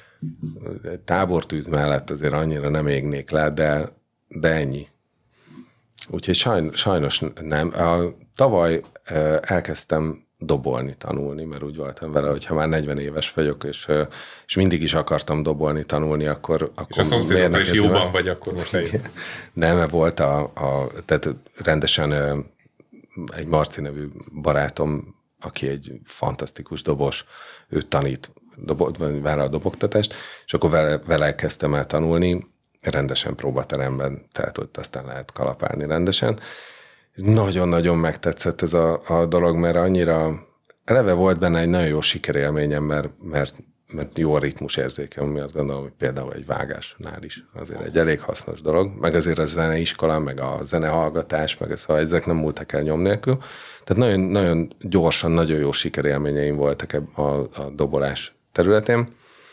tábortűz mellett azért annyira nem égnék le, de, de ennyi. Úgyhogy sajnos, sajnos nem. A, tavaly elkezdtem dobolni, tanulni, mert úgy voltam vele, hogy ha már negyven éves vagyok, és, és mindig is akartam dobolni, tanulni, akkor... akkor és a szomszédokkal is jóban vagy, akkor most eljön. Nem, mert volt a, a tehát rendesen egy Marci nevű barátom, aki egy fantasztikus dobos, ő tanít, dobo, vár a dobogtatást, és akkor vele, vele kezdtem el tanulni, rendesen próbateremben, tehát ott aztán lehet kalapálni rendesen. Nagyon-nagyon megtetszett ez a, a dolog, mert annyira eleve volt benne egy nagyon jó sikerélményem, mert, mert, mert jó a ritmusérzékem, ami azt gondolom, hogy például egy vágásnál is azért egy elég hasznos dolog, meg azért a zeneiskola, meg a zenehallgatás, meg szóval ezek nem múltak el nyom nélkül. Tehát nagyon, nagyon gyorsan, nagyon jó sikerélményeim voltak a, a dobolás területén.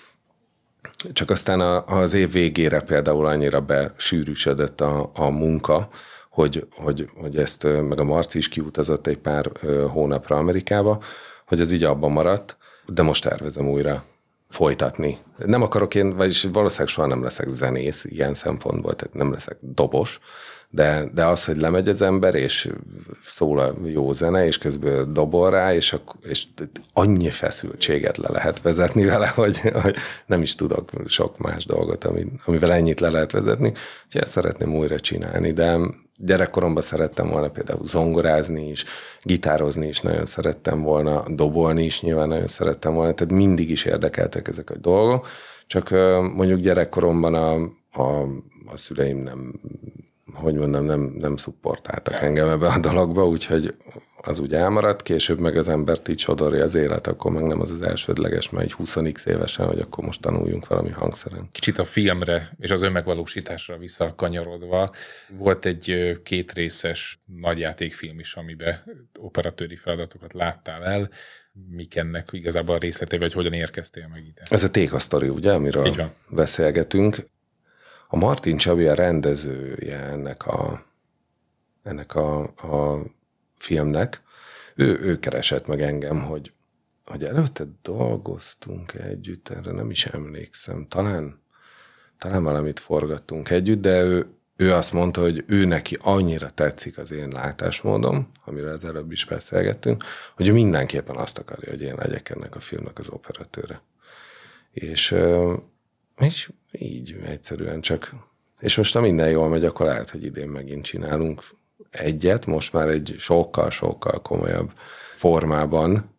Csak aztán a, az év végére például annyira besűrűsödött a, a munka, hogy, hogy, hogy ezt, meg a Marci is kiutazott egy pár hónapra Amerikába, hogy ez így abban maradt, de most tervezem újra folytatni. Nem akarok én, vagyis valószínűleg soha nem leszek zenész ilyen szempontból, tehát nem leszek dobos, de, de az, hogy lemegy az ember, és szól a jó zene, és közben dobol rá, és, ak- és annyi feszültséget le lehet vezetni vele, hogy, hogy nem is tudok sok más dolgot, amivel ennyit le lehet vezetni. Úgyhogy ezt szeretném újra csinálni, de gyerekkoromban szerettem volna például zongorázni is, gitározni is nagyon szerettem volna, dobolni is nyilván nagyon szerettem volna, tehát mindig is érdekeltek ezek a dolgok, csak mondjuk gyerekkoromban a, a, a szüleim nem, hogy mondom, nem, nem szupportáltak engem ebbe a dologba, úgyhogy az úgy elmaradt, később meg az embert így sodorja az élet, akkor meg nem az az elsődleges, mert egy húsz évesen, hogy akkor most tanuljunk valami hangszeren. Kicsit a filmre és az önmegvalósításra visszakanyarodva, volt egy kétrészes nagyjátékfilm is, amiben operatőri feladatokat láttál el. Mik ennek igazából a részletei, vagy hogyan érkeztél meg ide? Ez a Téka sztori, ugye, amiről beszélgetünk. A Martin Csabi a rendezője ennek a, ennek a, a filmnek. Ő, ő keresett meg engem, hogy, hogy előtte dolgoztunk együtt, erre nem is emlékszem. Talán, talán valamit forgattunk együtt, de ő, ő azt mondta, hogy ő neki annyira tetszik az én látásmódom, amiről az előbb is beszélgettünk, hogy ő mindenképpen azt akarja, hogy én legyek ennek a filmnek az operatőre. És, és így egyszerűen csak... És most ha minden jól megy, akkor lehet, hogy idén megint csinálunk egyet, most már egy sokkal-sokkal komolyabb formában,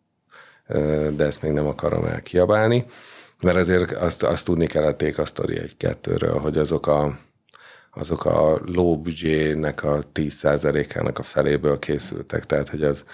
de ezt még nem akarom elkiabálni, mert azért azt, azt tudni kell a Téka sztori egy-kettőről, hogy azok a, azok a low budgetnek a tíz százalékának a feléből készültek, tehát hogy az,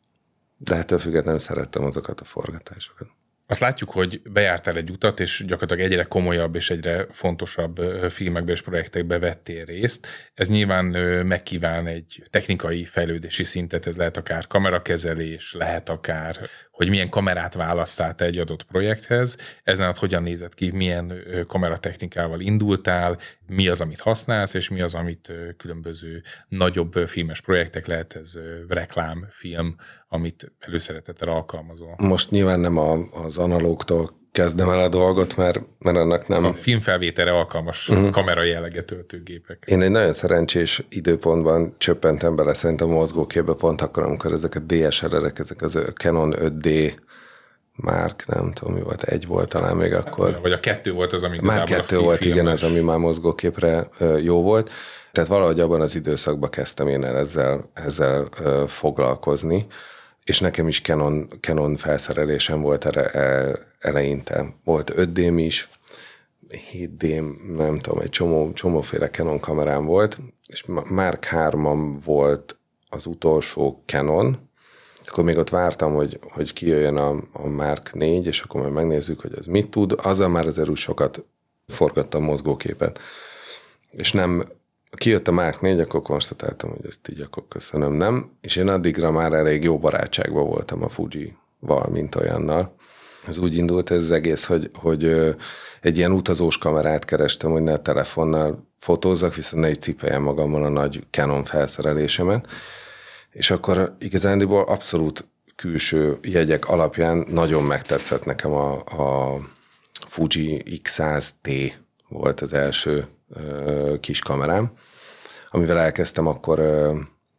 de ettől függetlenül szerettem azokat a forgatásokat. Azt látjuk, hogy bejártál egy utat, és gyakorlatilag egyre komolyabb és egyre fontosabb filmekbe és projektekbe vettél részt. Ez nyilván megkíván egy technikai fejlődési szintet, ez lehet akár kamerakezelés, lehet akár, hogy milyen kamerát választál te egy adott projekthez. Ezen hogyan nézett ki, milyen kameratechnikával indultál, mi az, amit használsz, és mi az, amit különböző nagyobb filmes projektek, lehet ez reklámfilm, amit előszeretettel alkalmazol. Most nyilván nem a, az analógtól kezdem el a dolgot, mert, mert annak nem... A filmfelvételre alkalmas uh-huh. kamera jelleget töltőgépek. Én egy nagyon szerencsés időpontban csöppentem bele szerintem a mozgóképbe pont akkor, amikor ezek a dé es el er-ek, ezek az Canon öt dé Mark, nem tudom, mi volt, egy volt talán még akkor. Vagy a kettő volt az, ami már kettő volt, igen, az, ami már mozgóképre jó volt. Tehát valahogy abban az időszakban kezdtem én el ezzel, ezzel foglalkozni, és nekem is Canon, Canon felszerelésem volt erre, eleinte. Volt öt dém is, hét dém, nem tudom, egy csomó, csomóféle Canon kamerám volt, és Mark hármam volt az utolsó Canon, akkor még ott vártam, hogy, hogy kijöjjön a, a Mark négy, és akkor majd megnézzük, hogy az mit tud. Azzal már azért úgy sokat forgattam mozgóképet. És nem, kijött a Mark négy, akkor konstatáltam, hogy ezt így akkor köszönöm, nem. És én addigra már elég jó barátságban voltam a Fuji-val, mint olyannal. Ez úgy indult ez az egész, hogy, hogy egy ilyen utazós kamerát kerestem, hogy ne telefonnal fotózzak, viszont ne így cipeljem magammal a nagy Canon felszerelésemet. És akkor igazándiból abszolút külső jegyek alapján nagyon megtetszett nekem a, a Fuji iksz száz té volt az első ö, kis kamerám, amivel elkezdtem akkor ö,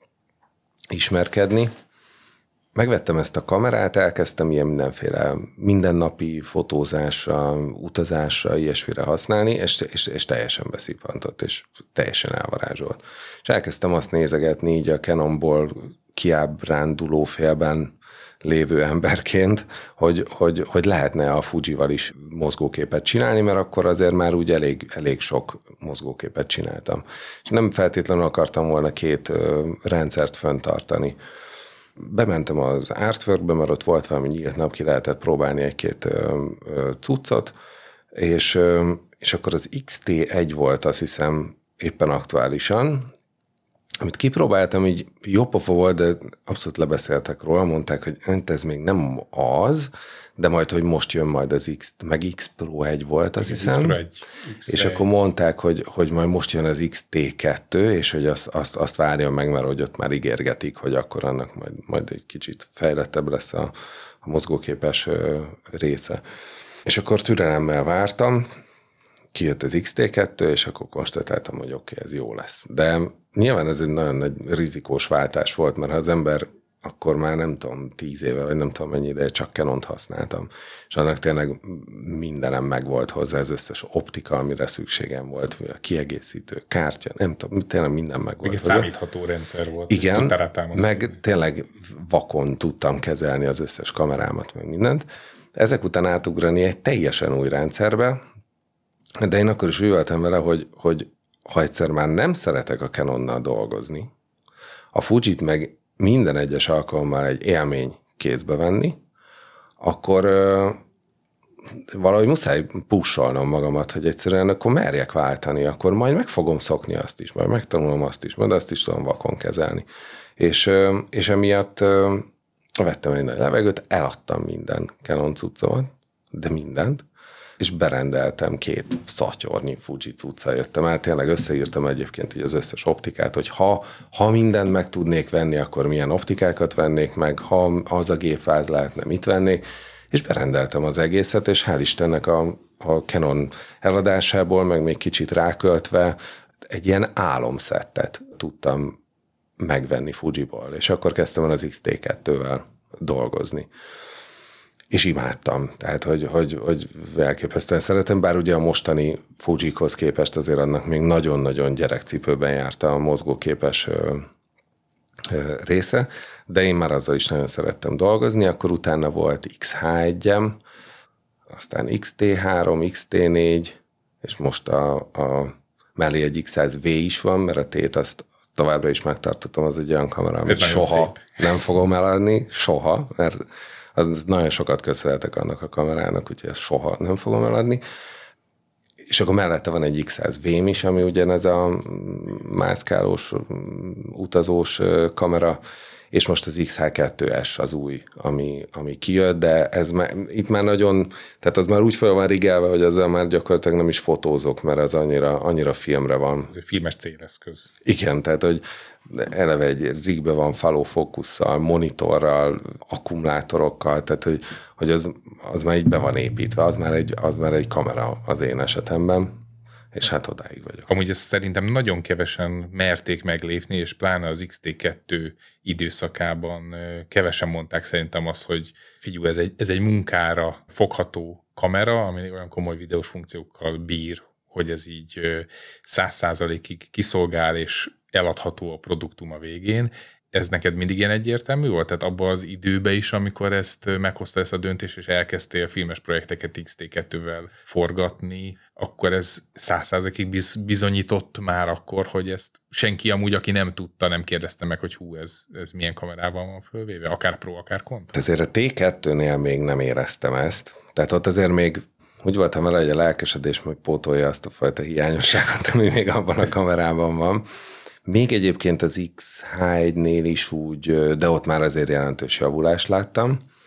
ismerkedni. Megvettem ezt a kamerát, elkezdtem ilyen mindenféle mindennapi fotózásra, utazásra, ilyesmire használni, és, és, és teljesen beszippantott, és teljesen elvarázsolt. És elkezdtem azt nézegetni így a Canonból kiábránduló félben lévő emberként, hogy, hogy, hogy lehetne a Fujival is mozgóképet csinálni, mert akkor azért már úgy elég, elég sok mozgóképet csináltam. És nem feltétlenül akartam volna két ö, rendszert fenntartani. Bementem az Artworkbe, mert ott volt valami nyílt nap, ki lehetett próbálni egy-két ö, ö, cuccot, és, ö, és akkor az iksz té egy volt, azt hiszem, éppen aktuálisan, amit kipróbáltam, így jó pofa volt, de abszolút lebeszéltek róla, mondták, hogy ez még nem az, de majd, hogy most jön majd az X, meg X Pro egy volt, azt hiszem. egy, és akkor mondták, hogy, hogy majd most jön az iksz té kettő, és hogy azt, azt, azt várja meg, mert hogy ott már ígérgetik, hogy akkor annak majd, majd egy kicsit fejlettebb lesz a, a mozgóképes része. És akkor türelemmel vártam, kijött az iksz té kettő, és akkor konstatáltam, hogy oké, okay, ez jó lesz. De nyilván ez egy nagyon nagy rizikós váltás volt, mert ha az ember akkor már nem tudom, tíz éve, vagy nem tudom mennyi ideje csak Canont használtam, és annak tényleg mindenem megvolt hozzá, az összes optika, amire szükségem volt, a kiegészítő, kártya, nem tudom, tényleg minden megvolt. Még egy számítható rendszer volt. Igen, meg tényleg vakon tudtam kezelni az összes kamerámat, meg mindent. Ezek után átugrani egy teljesen új rendszerbe, de én akkor is úgy voltam vele, hogy, hogy ha egyszer már nem szeretek a Canonnal dolgozni, a Fujit meg minden egyes alkalommal egy élmény kézbe venni, akkor ö, valahogy muszáj pusolnom magamat, hogy egyszerűen akkor merjek váltani, akkor majd meg fogom szokni azt is, majd megtanulom azt is, majd azt is tudom vakon kezelni. És, ö, és emiatt ö, vettem egy nagy levegőt, eladtam minden Canon cuccomat, de mindent, és berendeltem két szatyornyi Fuji cuccal jöttem el, tényleg összeírtam egyébként így az összes optikát, hogy ha, ha mindent meg tudnék venni, akkor milyen optikákat vennék meg, ha az a gépváz lehetne, mit vennék, és berendeltem az egészet, és hál' Istennek a, a Canon eladásából, meg még kicsit ráköltve egy ilyen álomszettet tudtam megvenni Fujiból, és akkor kezdtem el az iksz té kettővel dolgozni. És imádtam, tehát hogy, hogy, hogy elképesztően szeretem, bár ugye a mostani Fujikhoz képest azért annak még nagyon-nagyon gyerekcipőben járta a mozgóképes ö, ö, része, de én már azzal is nagyon szerettem dolgozni, akkor utána volt iksz há egyem, aztán iksz té három, iksz té négy, és most a, a mellé egy iksz száz vé is van, mert a tét azt továbbra is megtartottam, az egy olyan kamera, amit soha szép. Nem fogom eladni, soha, mert az nagyon sokat köszönhetek annak a kamerának, úgyhogy ezt soha nem fogom eladni. És akkor mellette van egy iksz száz vém is, ami ugyanez a mászkálós, utazós kamera, és most az iksz há kettő es az új, ami, ami kijött, de ez már, itt már nagyon, tehát az már úgy fel van rigelve, hogy azzal már gyakorlatilag nem is fotózok, mert az annyira, annyira filmre van. Ez egy filmes céleszköz. Igen, tehát hogy eleve egy rigbe van faló fókusszal, monitorral, akkumulátorokkal, tehát hogy, hogy az, az már így be van építve, az már, egy, az már egy kamera az én esetemben, és hát odáig vagyok. Amúgy ezt szerintem nagyon kevesen merték meglépni, és pláne az iksz té kettő időszakában kevesen mondták szerintem azt, hogy figyelj, ez egy, ez egy munkára fogható kamera, ami olyan komoly videós funkciókkal bír, hogy ez így száz százalékig kiszolgál, és eladható a produktum a végén. Ez neked mindig ilyen egyértelmű volt? Tehát abban az időben is, amikor ezt meghozta ezt a döntést, és elkezdtél filmes projekteket iksz té kettővel forgatni, akkor ez száz százalékig bizonyított már akkor, hogy ezt senki amúgy, aki nem tudta, nem kérdezte meg, hogy hú, ez, ez milyen kamerában van fölvéve, akár pro, akár kont? Ezért a té kettőnél még nem éreztem ezt. Tehát ott azért még úgy voltam vele, hogy a lelkesedés meg pótolja azt a fajta hiányosságot, ami még abban a kamerában van. Még egyébként az iksz há egynél is úgy, de ott már azért jelentős javulást láttam.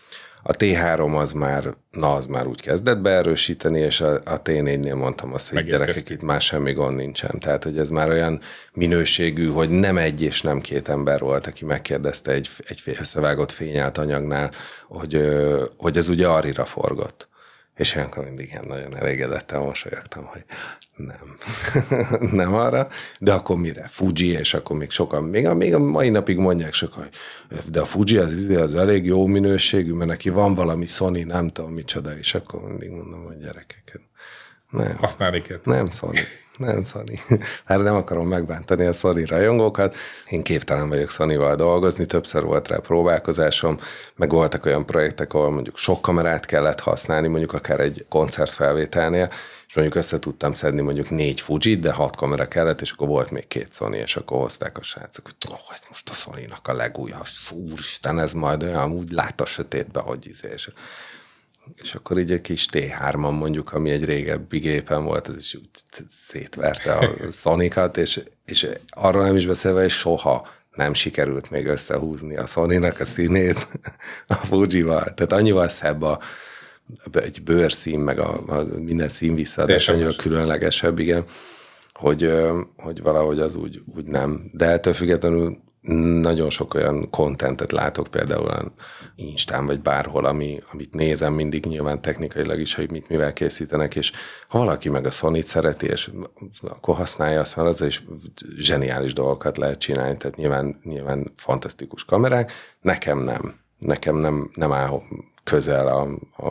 A té három az már, na az már úgy kezdett beerősíteni, és a, a té négynél mondtam azt, hogy gyerekek, itt már semmi gond nincsen. Tehát, hogy ez már olyan minőségű, hogy nem egy és nem két ember volt, aki megkérdezte egy, egy összevágott fényelt anyagnál, hogy, hogy ez ugye arira forgott. És olyankor mindig ilyen nagyon elégedetten mosolyogtam, hogy nem, nem arra, de akkor mire? Fuji, és akkor még sokan, még a, még a mai napig mondják sokan, hogy de a Fuji az, az elég jó minőségű, mert neki van valami Sony, nem tudom micsoda, és akkor mindig mondom, hogy gyerekek, nem. Használéket. Nem Sony. Nem Sony. Hát nem akarom megbántani a Sony rajongókat. Én képtelen vagyok Sonyval dolgozni, többször volt rá próbálkozásom, meg voltak olyan projektek, ahol mondjuk sok kamerát kellett használni, mondjuk akár egy koncertfelvételnél, és mondjuk össze tudtam szedni mondjuk négy Fujit, de hat kamera kellett, és akkor volt még két Sony, és akkor hozták a srácok, hogy oh, ez most a Sony-nak a legújabb, úristen, ez majd olyan, úgy lát a sötétbe, hogy izé, és És akkor így egy kis té hárman mondjuk, ami egy régebbi gépen volt, ez is úgy szétverte a Sony-kat, és, és arról nem is beszélve, hogy soha nem sikerült még összehúzni a Sony-nak a színét a Fujival. Tehát annyival szebb a, egy bőrszín, meg a, a minden szín visszaadás, annyival különlegesebb, igen, hogy, hogy valahogy az úgy, úgy nem. De ettől függetlenül nagyon sok olyan kontentet látok például olyan Instán vagy bárhol, ami, amit nézem mindig nyilván technikailag is, hogy mit mivel készítenek, és ha valaki meg a Sony-t szereti, és akkor használja azt, mert azzal is zseniális dolgokat lehet csinálni, tehát nyilván, nyilván fantasztikus kamerák, nekem nem. Nekem nem, nem áll közel a, a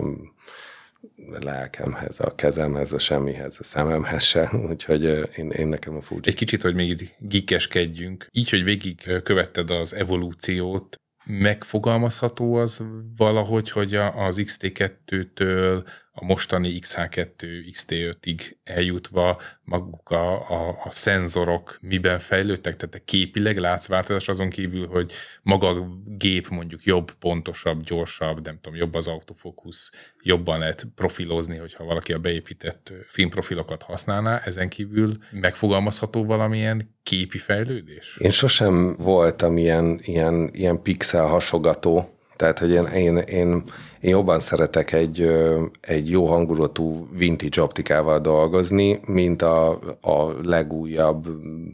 lelkemhez, a kezemhez, a semmihez, a szememhez se, úgyhogy én, én nekem a Fuji. Egy kicsit, hogy még így geekeskedjünk. Így, hogy végig követted az evolúciót, megfogalmazható az valahogy, hogy az iksz té kettőtől a mostani iksz há kettő, iksz té ötig eljutva maguk a, a, a szenzorok miben fejlődtek? Tehát te képileg látsz változást azon kívül, hogy maga a gép mondjuk jobb, pontosabb, gyorsabb, nem tudom, jobb az autofókusz, jobban lehet profilozni, hogyha valaki a beépített filmprofilokat használná, ezen kívül megfogalmazható valamilyen képi fejlődés? Én sosem voltam ilyen, ilyen, ilyen pixel hasogató, tehát, hogy én, én, én, én jobban szeretek egy, egy jó hangulatú vintage optikával dolgozni, mint a, a legújabb,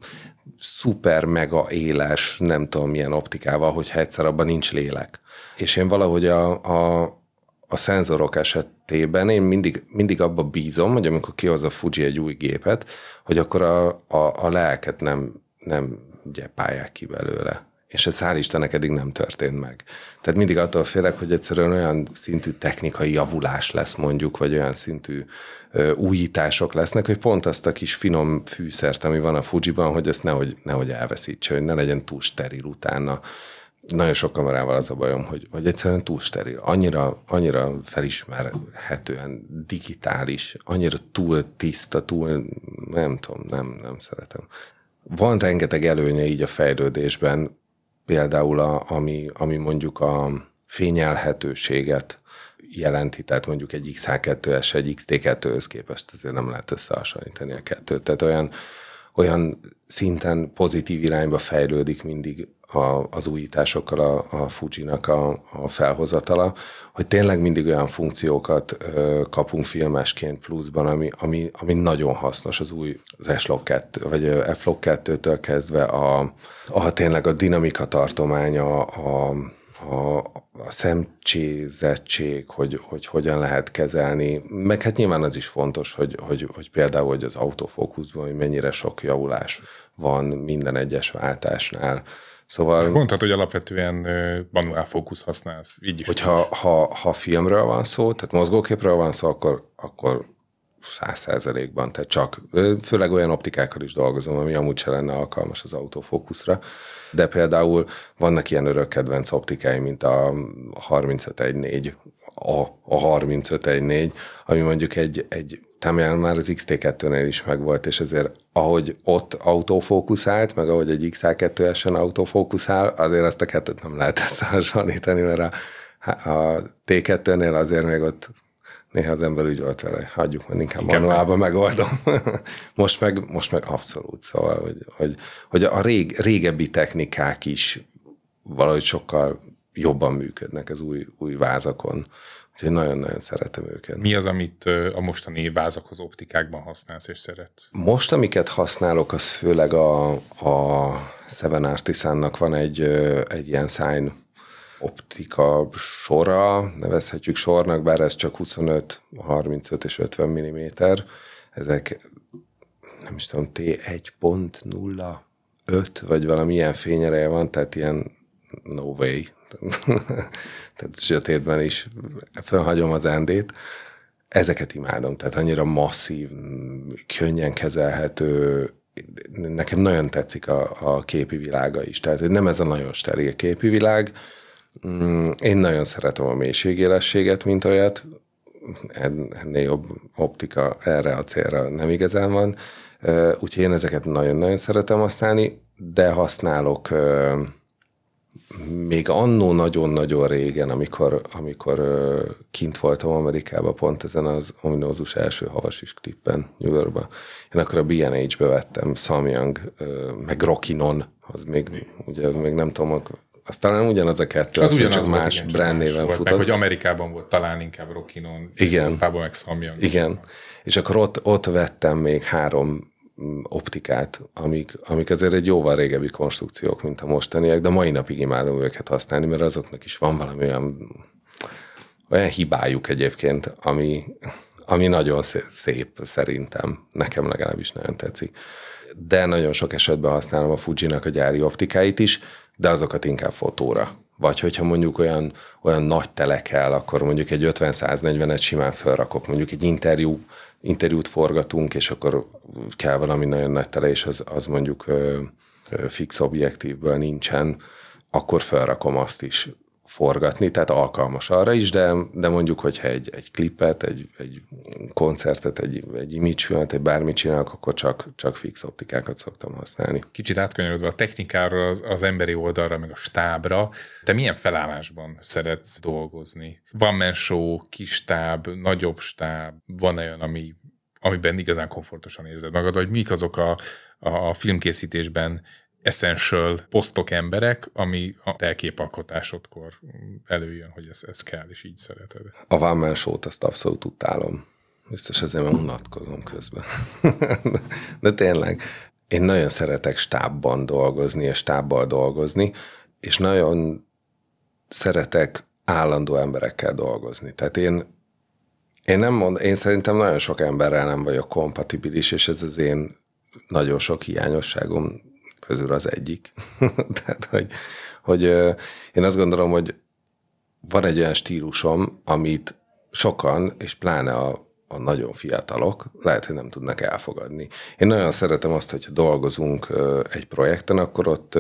szuper mega éles, nem tudom milyen optikával, hogyha egyszer abban nincs lélek. És én valahogy a, a, a szenzorok esetében én mindig, mindig abba bízom, hogy amikor kihoz a Fuji egy új gépet, hogy akkor a, a, a lelket nem, nem gyepálják ki belőle. És ez hál' Istennek eddig nem történt meg. Tehát mindig attól félek, hogy egyszerűen olyan szintű technikai javulás lesz mondjuk, vagy olyan szintű ö, újítások lesznek, hogy pont azt a kis finom fűszert, ami van a Fujiban, hogy ezt nehogy, nehogy elveszítse, hogy ne legyen túl steril utána. Nagyon sok kamerával az a bajom, hogy, hogy egyszerűen túl steril. Annyira, annyira felismerhetően digitális, annyira túl tiszta, túl, nem tudom, nem, nem szeretem. Van rengeteg előnye így a fejlődésben, például a, ami, ami mondjuk a fényelhetőséget jelenti, tehát mondjuk egy iksz há kettő es egy iksz té kettőhöz képest azért nem lehet összehasonlítani a kettőt. Tehát olyan, olyan szinten pozitív irányba fejlődik mindig a, az újításokkal a, a Fujinak a, a felhozatala, hogy tényleg mindig olyan funkciókat ö, kapunk filmesként pluszban, ami, ami, ami nagyon hasznos az új az S-Log kettő, vagy F-Log kettőtől kezdve a, a tényleg a dinamika tartománya, a, a, a szemcsézettség, hogy, hogy hogyan lehet kezelni, meg hát nyilván az is fontos, hogy, hogy, hogy például hogy az autofókuszban, hogy mennyire sok javulás van minden egyes váltásnál. Szóval, mondhatod, hogy alapvetően manuál fókusz használsz, így is. Hogyha ha, ha filmről van szó, tehát mozgóképről van szó, akkor, akkor száz százalékban, tehát csak, főleg olyan optikákkal is dolgozom, ami amúgy se lenne alkalmas az autofókuszra, de például vannak ilyen örök kedvenc optikái, mint a harmincöt egy négy, a, a harmincöt egy négy, ami mondjuk egy, egy talán már az iksz té kettőnél is megvolt, és ezért ahogy ott autofókuszált, meg ahogy egy iksz há kettő es-en autofókuszál, azért azt a kettőt nem lehet összehasonlítani, mert a, a té kettőnél azért még ott néha az ember úgy volt vele, hagyjuk, majd inkább manuálban megoldom. most, meg, most meg abszolút, szóval, hogy, hogy, hogy a rég, régebbi technikák is valahogy sokkal jobban működnek az új, új vázakon. Úgyhogy nagyon-nagyon szeretem őket. Mi az, amit a mostani vázakhoz, optikákban használsz és szeretsz? Most, amiket használok, az főleg a, a Seven Artisannak van egy, egy ilyen sign optika sora, nevezhetjük sornak, bár ez csak huszonöt, harmincöt és ötven milliméter. Ezek, nem is tudom, té egy pont nulla öt, vagy valami ilyen fényereje van, tehát ilyen no way. Tehát sötétben is fölhagyom az endét. Ezeket imádom, tehát annyira masszív, könnyen kezelhető. Nekem nagyon tetszik a, a képi világa is. Tehát nem ez a nagyon steril képi világ. Én nagyon szeretem a mélységélességet, mint olyat. Ennél jobb optika erre a célra nem igazán van. Úgyhogy én ezeket nagyon-nagyon szeretem használni, de használok még annó nagyon-nagyon régen, amikor, amikor kint voltam Amerikában, pont ezen az ominózus első havasis klippen New Yorkban. Én akkor a bé and há-be vettem Samyang, meg Rokinon, az még, ugye, még nem tudom, az talán ugyanaz a kettő, az az ugyanaz csak volt, más igen, brandnéven futott. Meg, hogy Amerikában volt talán inkább Rokinon, Európában meg Samyang. Igen, és akkor ott, ott vettem még három optikát, amik, amik azért egy jóval régebbi konstrukciók, mint a mostaniak, de mai napig imádom őket használni, mert azoknak is van valami olyan, olyan hibájuk egyébként, ami, ami nagyon szép szerintem. Nekem legalábbis nagyon tetszik. De nagyon sok esetben használom a Fujinak a gyári optikáit is, de azokat inkább fotóra. Vagy hogyha mondjuk olyan, olyan nagy tele kell, akkor mondjuk egy ötven száz negyvenet simán felrakok, mondjuk egy interjú, interjút forgatunk, és akkor kell valami nagyon nagy tele, és az, az mondjuk ö, ö, fix objektívből nincsen, akkor felrakom azt is forgatni, tehát alkalmas arra is, de, de mondjuk, hogyha egy, egy klipet, egy, egy koncertet, egy, egy image filmet, egy bármit csinálok, akkor csak, csak fix optikákat szoktam használni. Kicsit átkanyarodva a technikára, az, az emberi oldalra, meg a stábra, te milyen felállásban szeretsz dolgozni? One man show, kis stáb, nagyobb stáb, van-e olyan, ami, amiben igazán komfortosan érzed magad, vagy mik azok a, a filmkészítésben essential posztok, emberek, ami a te képalkotásodkor előjön, hogy ez, ez kell, és így szereted. A One Man Show-t azt abszolút utálom. Biztos ezért már unatkozom közben. de, de tényleg, én nagyon szeretek stábban dolgozni, és stábbal dolgozni, és nagyon szeretek állandó emberekkel dolgozni. Tehát én, én nem mond, én szerintem nagyon sok emberrel nem vagyok kompatibilis, és ez az én nagyon sok hiányosságom közül az egyik. Tehát, hogy, hogy én azt gondolom, hogy van egy olyan stílusom, amit sokan, és pláne a, a nagyon fiatalok, lehet, hogy nem tudnak elfogadni. Én nagyon szeretem azt, hogyha dolgozunk egy projekten, akkor ott,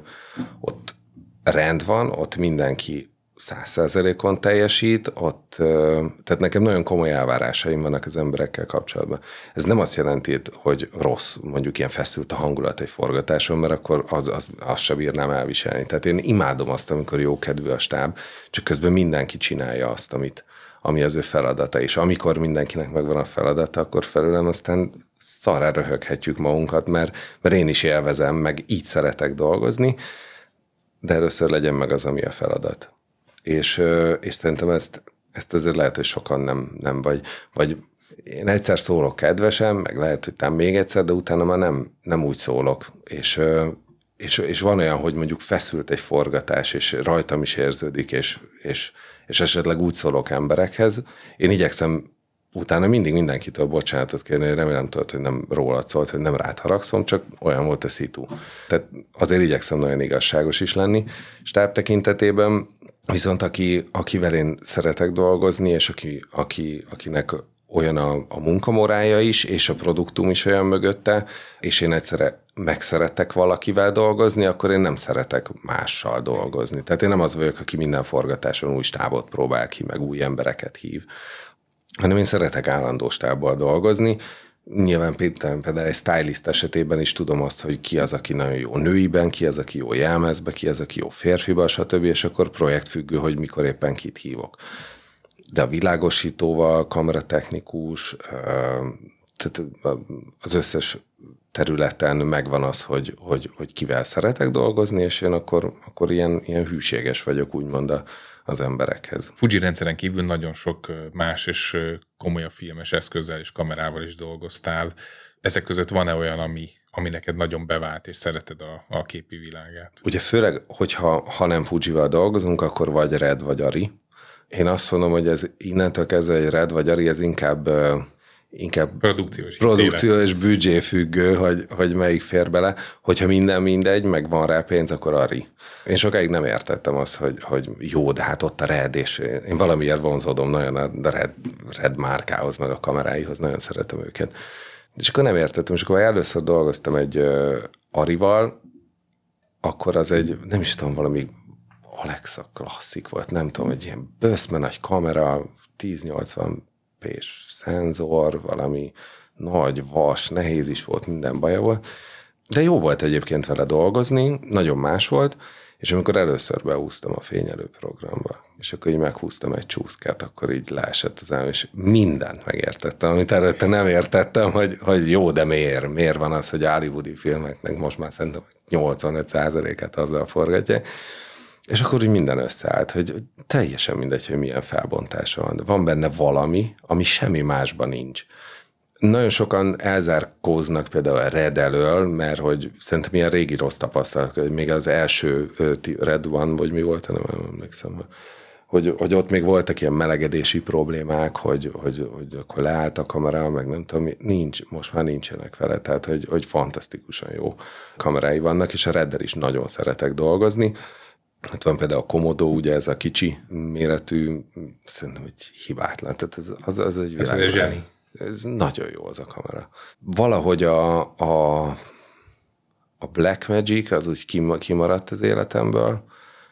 ott rend van, ott mindenki száz százalékon teljesít, ott, tehát nekem nagyon komoly elvárásaim vannak az emberekkel kapcsolatban. Ez nem azt jelenti, hogy rossz, mondjuk ilyen feszült a hangulat egy forgatáson, mert akkor az, az, azt sem bírnám elviselni. Tehát én imádom azt, amikor jókedvű a stáb, csak közben mindenki csinálja azt, amit, ami az ő feladata, és amikor mindenkinek megvan a feladata, akkor felülem aztán szarrá röhöghetjük magunkat, mert, mert én is élvezem, meg így szeretek dolgozni, de először legyen meg az, ami a feladat. És, és szerintem ezt, ezt azért lehet, hogy sokan nem, nem vagy, vagy én egyszer szólok kedvesen, meg lehet, hogy tám még egyszer, de utána már nem, nem úgy szólok. És, és, és van olyan, hogy mondjuk feszült egy forgatás, és rajtam is érződik, és, és, és esetleg úgy szólok emberekhez. Én igyekszem utána mindig mindenkitől bocsánatot kérni, hogy remélem tudod, hogy nem rólad szólt, hogy nem rád haragszom, csak olyan volt a szitu. Tehát azért igyekszem nagyon igazságos is lenni. Stáb tekintetében viszont aki, akivel én szeretek dolgozni, és aki, aki, akinek olyan a, a munkamorálja is, és a produktum is olyan mögötte, és én egyszerre megszeretek valakivel dolgozni, akkor én nem szeretek mással dolgozni. Tehát én nem az vagyok, aki minden forgatáson új stábot próbál ki, meg új embereket hív, hanem én szeretek állandó stábbal dolgozni. Nyilván például egy stylist esetében is tudom azt, hogy ki az, aki nagyon jó nőiben, ki az, aki jó jelmezbe, ki az, aki jó férfiban, stb. És akkor projektfüggő, hogy mikor éppen kit hívok. De a világosítóval, kameratechnikus, tehát az összes területen megvan az, hogy, hogy, hogy kivel szeretek dolgozni, és én akkor, akkor ilyen, ilyen hűséges vagyok, úgymond a, az emberekhez. Fuji rendszeren kívül nagyon sok más és komolyabb filmes eszközzel és kamerával is dolgoztál. Ezek között van-e olyan, ami, ami neked nagyon bevált, és szereted a, a képi világát? Ugye főleg, hogyha ha nem Fujival dolgozunk, akkor vagy Red, vagy Ari. Én azt mondom, hogy ez innentől kezdve egy Red vagy Ari, ez inkább inkább produkciós, produkció és büdzsé függő, hogy, hogy melyik fér bele. Hogyha minden mindegy, meg van rá pénz, akkor Ari. Én sokáig nem értettem azt, hogy, hogy jó, de hát ott a Red, és én valamiért vonzódom nagyon a Red, Red márkához, meg a kameráihoz, nagyon szeretem őket. És akkor nem értettem, és akkor először dolgoztam egy uh, Arival, akkor az egy, nem is tudom, valami Alexa klasszik volt, nem tudom, egy ilyen böszme nagy kamera, tíz-nyolcvan pés szenzor, valami nagy, vas, nehéz is volt, minden baja volt, de jó volt egyébként vele dolgozni, nagyon más volt, és amikor először beúztam a fényelő programba, és akkor így meghúztam egy csúszkát, akkor így leesett az elem, és mindent megértettem, amit előtte nem értettem, hogy, hogy jó, de miért? Miért van az, hogy hollywoodi filmeknek most már szerintem nyolcvanöt százalékát azzal forgatják, és akkor úgy minden összeállt, hogy teljesen mindegy, hogy milyen felbontása van. De van benne valami, ami semmi másban nincs. Nagyon sokan elzárkóznak például a Red elől, mert hogy szerintem ilyen régi rossz tapasztalat, hogy még az első Red One, vagy mi volt, nem emlékszem, hogy, hogy ott még voltak ilyen melegedési problémák, hogy, hogy, hogy akkor leállt a kamera, meg nem tudom, nincs, most már nincsenek vele, tehát hogy, hogy fantasztikusan jó kamerái vannak, és a Reddel is nagyon szeretek dolgozni. Hát van például a Komodo, ugye ez a kicsi méretű, szerintem, hogy hibátlan. Tehát ez, az, az egy világ. Ez zseni. Ez nagyon jó az a kamera. Valahogy a, a, a Blackmagic az úgy kimaradt az életemből.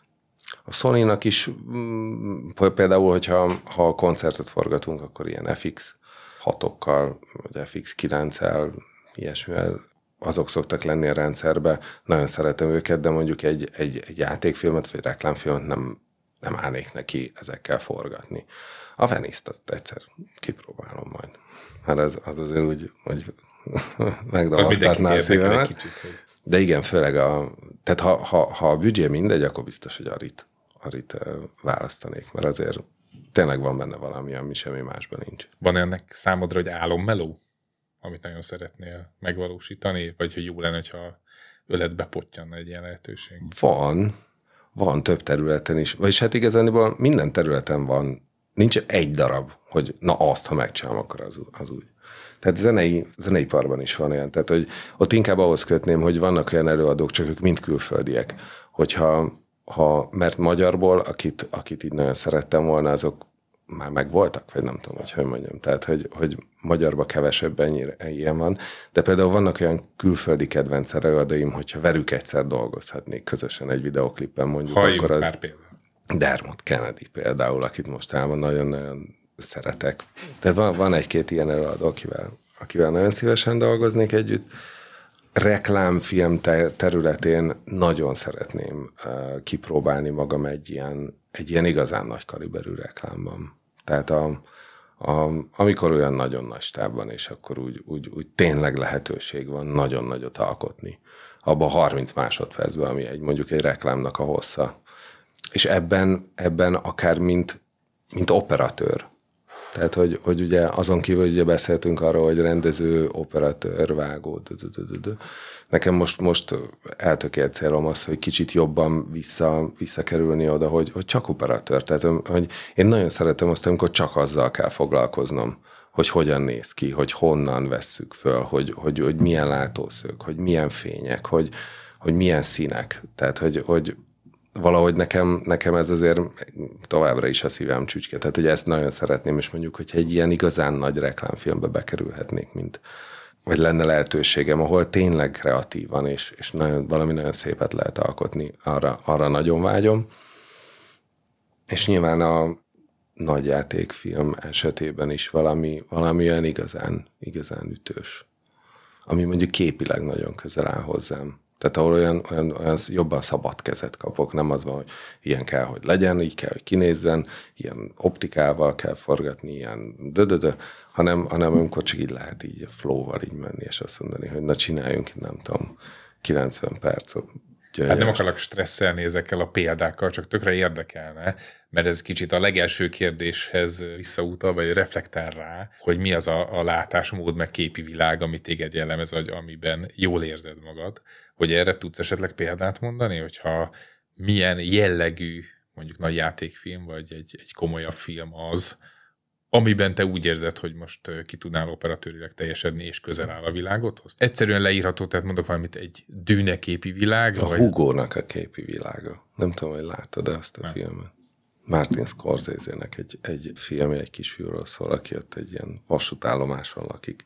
A Sony-nak is például, hogyha ha a koncertet forgatunk, akkor ilyen ef iksz hatokkal, vagy ef iksz kilenccel, ilyesmivel, azok szoktak lenni a rendszerben, nagyon szeretem őket, de mondjuk egy, egy, egy játékfilmet, vagy reklámfilmet nem, nem állnék neki ezekkel forgatni. A Venice-t azt egyszer kipróbálom majd. Mert az, az azért úgy, hogy megdalogtatná a szívemet. Kicsit, hogy... De igen, főleg a... Tehát ha, ha, ha a büdzsé mindegy, akkor biztos, hogy Arit, Arit választanék, mert azért tényleg van benne valami, ami semmi másban nincs. Van ennek számodra, hogy álommeló? Amit nagyon szeretnél megvalósítani, vagy hogy jó lenne, hogyha öletbe pottyanna egy ilyen lehetőség? Van. Van több területen is. Vagyis hát igazából minden területen van. Nincs egy darab, hogy na azt, ha megcsinálom, akkor az, az úgy. Tehát zenei, zeneiparban is van olyan. Tehát, hogy ott inkább ahhoz kötném, hogy vannak olyan előadók, csak ők mind külföldiek. Hogyha, ha, mert magyarból, akit, akit így nagyon szerettem volna, azok már megvoltak, vagy nem tudom, hogy hogy mondjam. Tehát, hogy, hogy magyarban kevesebb ennyire ilyen van. De például vannak olyan külföldi kedvenc előadóim, hogyha velük egyszer dolgozhatnék közösen egy videoklippen, mondjuk, Halljuk akkor az... pár például. Dermot Kennedy például, akit mostában nagyon-nagyon szeretek. Tehát van, van egy-két ilyen előadó, akivel, akivel nagyon szívesen dolgoznék együtt. Reklámfilm területén nagyon szeretném uh, kipróbálni magam egy ilyen, egy ilyen igazán nagy kaliberű reklámban. Tehát a, a, amikor olyan nagyon nagy stáb van, és akkor úgy, úgy, úgy tényleg lehetőség van nagyon nagyot alkotni. Abban a harminc másodpercben, ami egy, mondjuk egy reklámnak a hossza. És ebben, ebben akár mint, mint operatőr. Tehát, hogy, hogy ugye azon kívül ugye beszéltünk arról, hogy rendező, operatőr, vágó. Nekem most, most eltökélt célom az, hogy kicsit jobban vissza, visszakerülni oda, hogy, hogy csak operatőr. Tehát, hogy én nagyon szeretem azt, amikor csak azzal kell foglalkoznom, hogy hogyan néz ki, hogy honnan vesszük föl, hogy, hogy, hogy milyen látószög, hogy milyen fények, hogy, hogy milyen színek. Tehát, hogy, hogy valahogy nekem, nekem ez azért továbbra is a szívem csücske. Tehát, hogy ezt nagyon szeretném, és mondjuk, hogyha egy ilyen igazán nagy reklámfilmbe bekerülhetnék, mint, vagy lenne lehetőségem, ahol tényleg kreatívan, és, és nagyon, valami nagyon szépet lehet alkotni, arra, arra nagyon vágyom. És nyilván a nagyjátékfilm esetében is valami, valami olyan igazán, igazán ütős, ami mondjuk képileg nagyon közel áll hozzám. Tehát ahol olyan, olyan, olyan jobban szabad kezet kapok, nem az van, hogy ilyen kell, hogy legyen, így kell, hogy kinézzen, ilyen optikával kell forgatni, ilyen dödödö, hanem, hanem amikor csak így lehet így a flow-val így menni, és azt mondani, hogy na csináljunk, nem tudom, kilencven percet. Hát nem akarok stresszelni ezekkel a példákkal, csak tökre érdekelne, mert ez kicsit a legelső kérdéshez visszautal, vagy reflektál rá, hogy mi az a, a látásmód, meg képi világ, ami téged jellemez, vagy amiben jól érzed magad. Hogy erre tudsz esetleg példát mondani, hogyha milyen jellegű, mondjuk nagy játékfilm, vagy egy, egy komolyabb film az, amiben te úgy érzed, hogy most ki tudnál operatőrileg teljesedni, és közel áll a világodhoz? Egyszerűen leírható, tehát mondok valamit, egy dűneképi világ? A vagy... Hugónak a képi világa. Nem tudom, hogy látod azt a nem. filmet. Martin Scorsese-nek egy, egy filmje, egy kisfiúról szól, aki ott egy ilyen vasútállomáson lakik.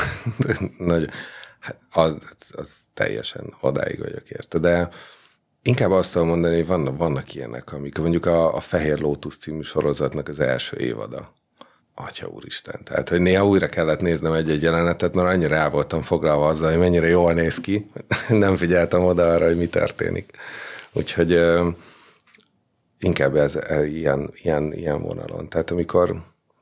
Nagy, az, az teljesen odáig vagyok érte, de inkább azt tudom mondani, hogy vannak, vannak ilyenek, amik mondjuk a, a Fehér Lótusz című sorozatnak az első évada. Atya úristen. Tehát, hogy néha újra kellett néznem egy-egy jelenetet, mert annyira rá voltam foglalva azzal, hogy mennyire jól néz ki. Nem figyeltem oda arra, hogy mi történik. Úgyhogy uh, inkább ez uh, ilyen, ilyen, ilyen vonalon. Tehát amikor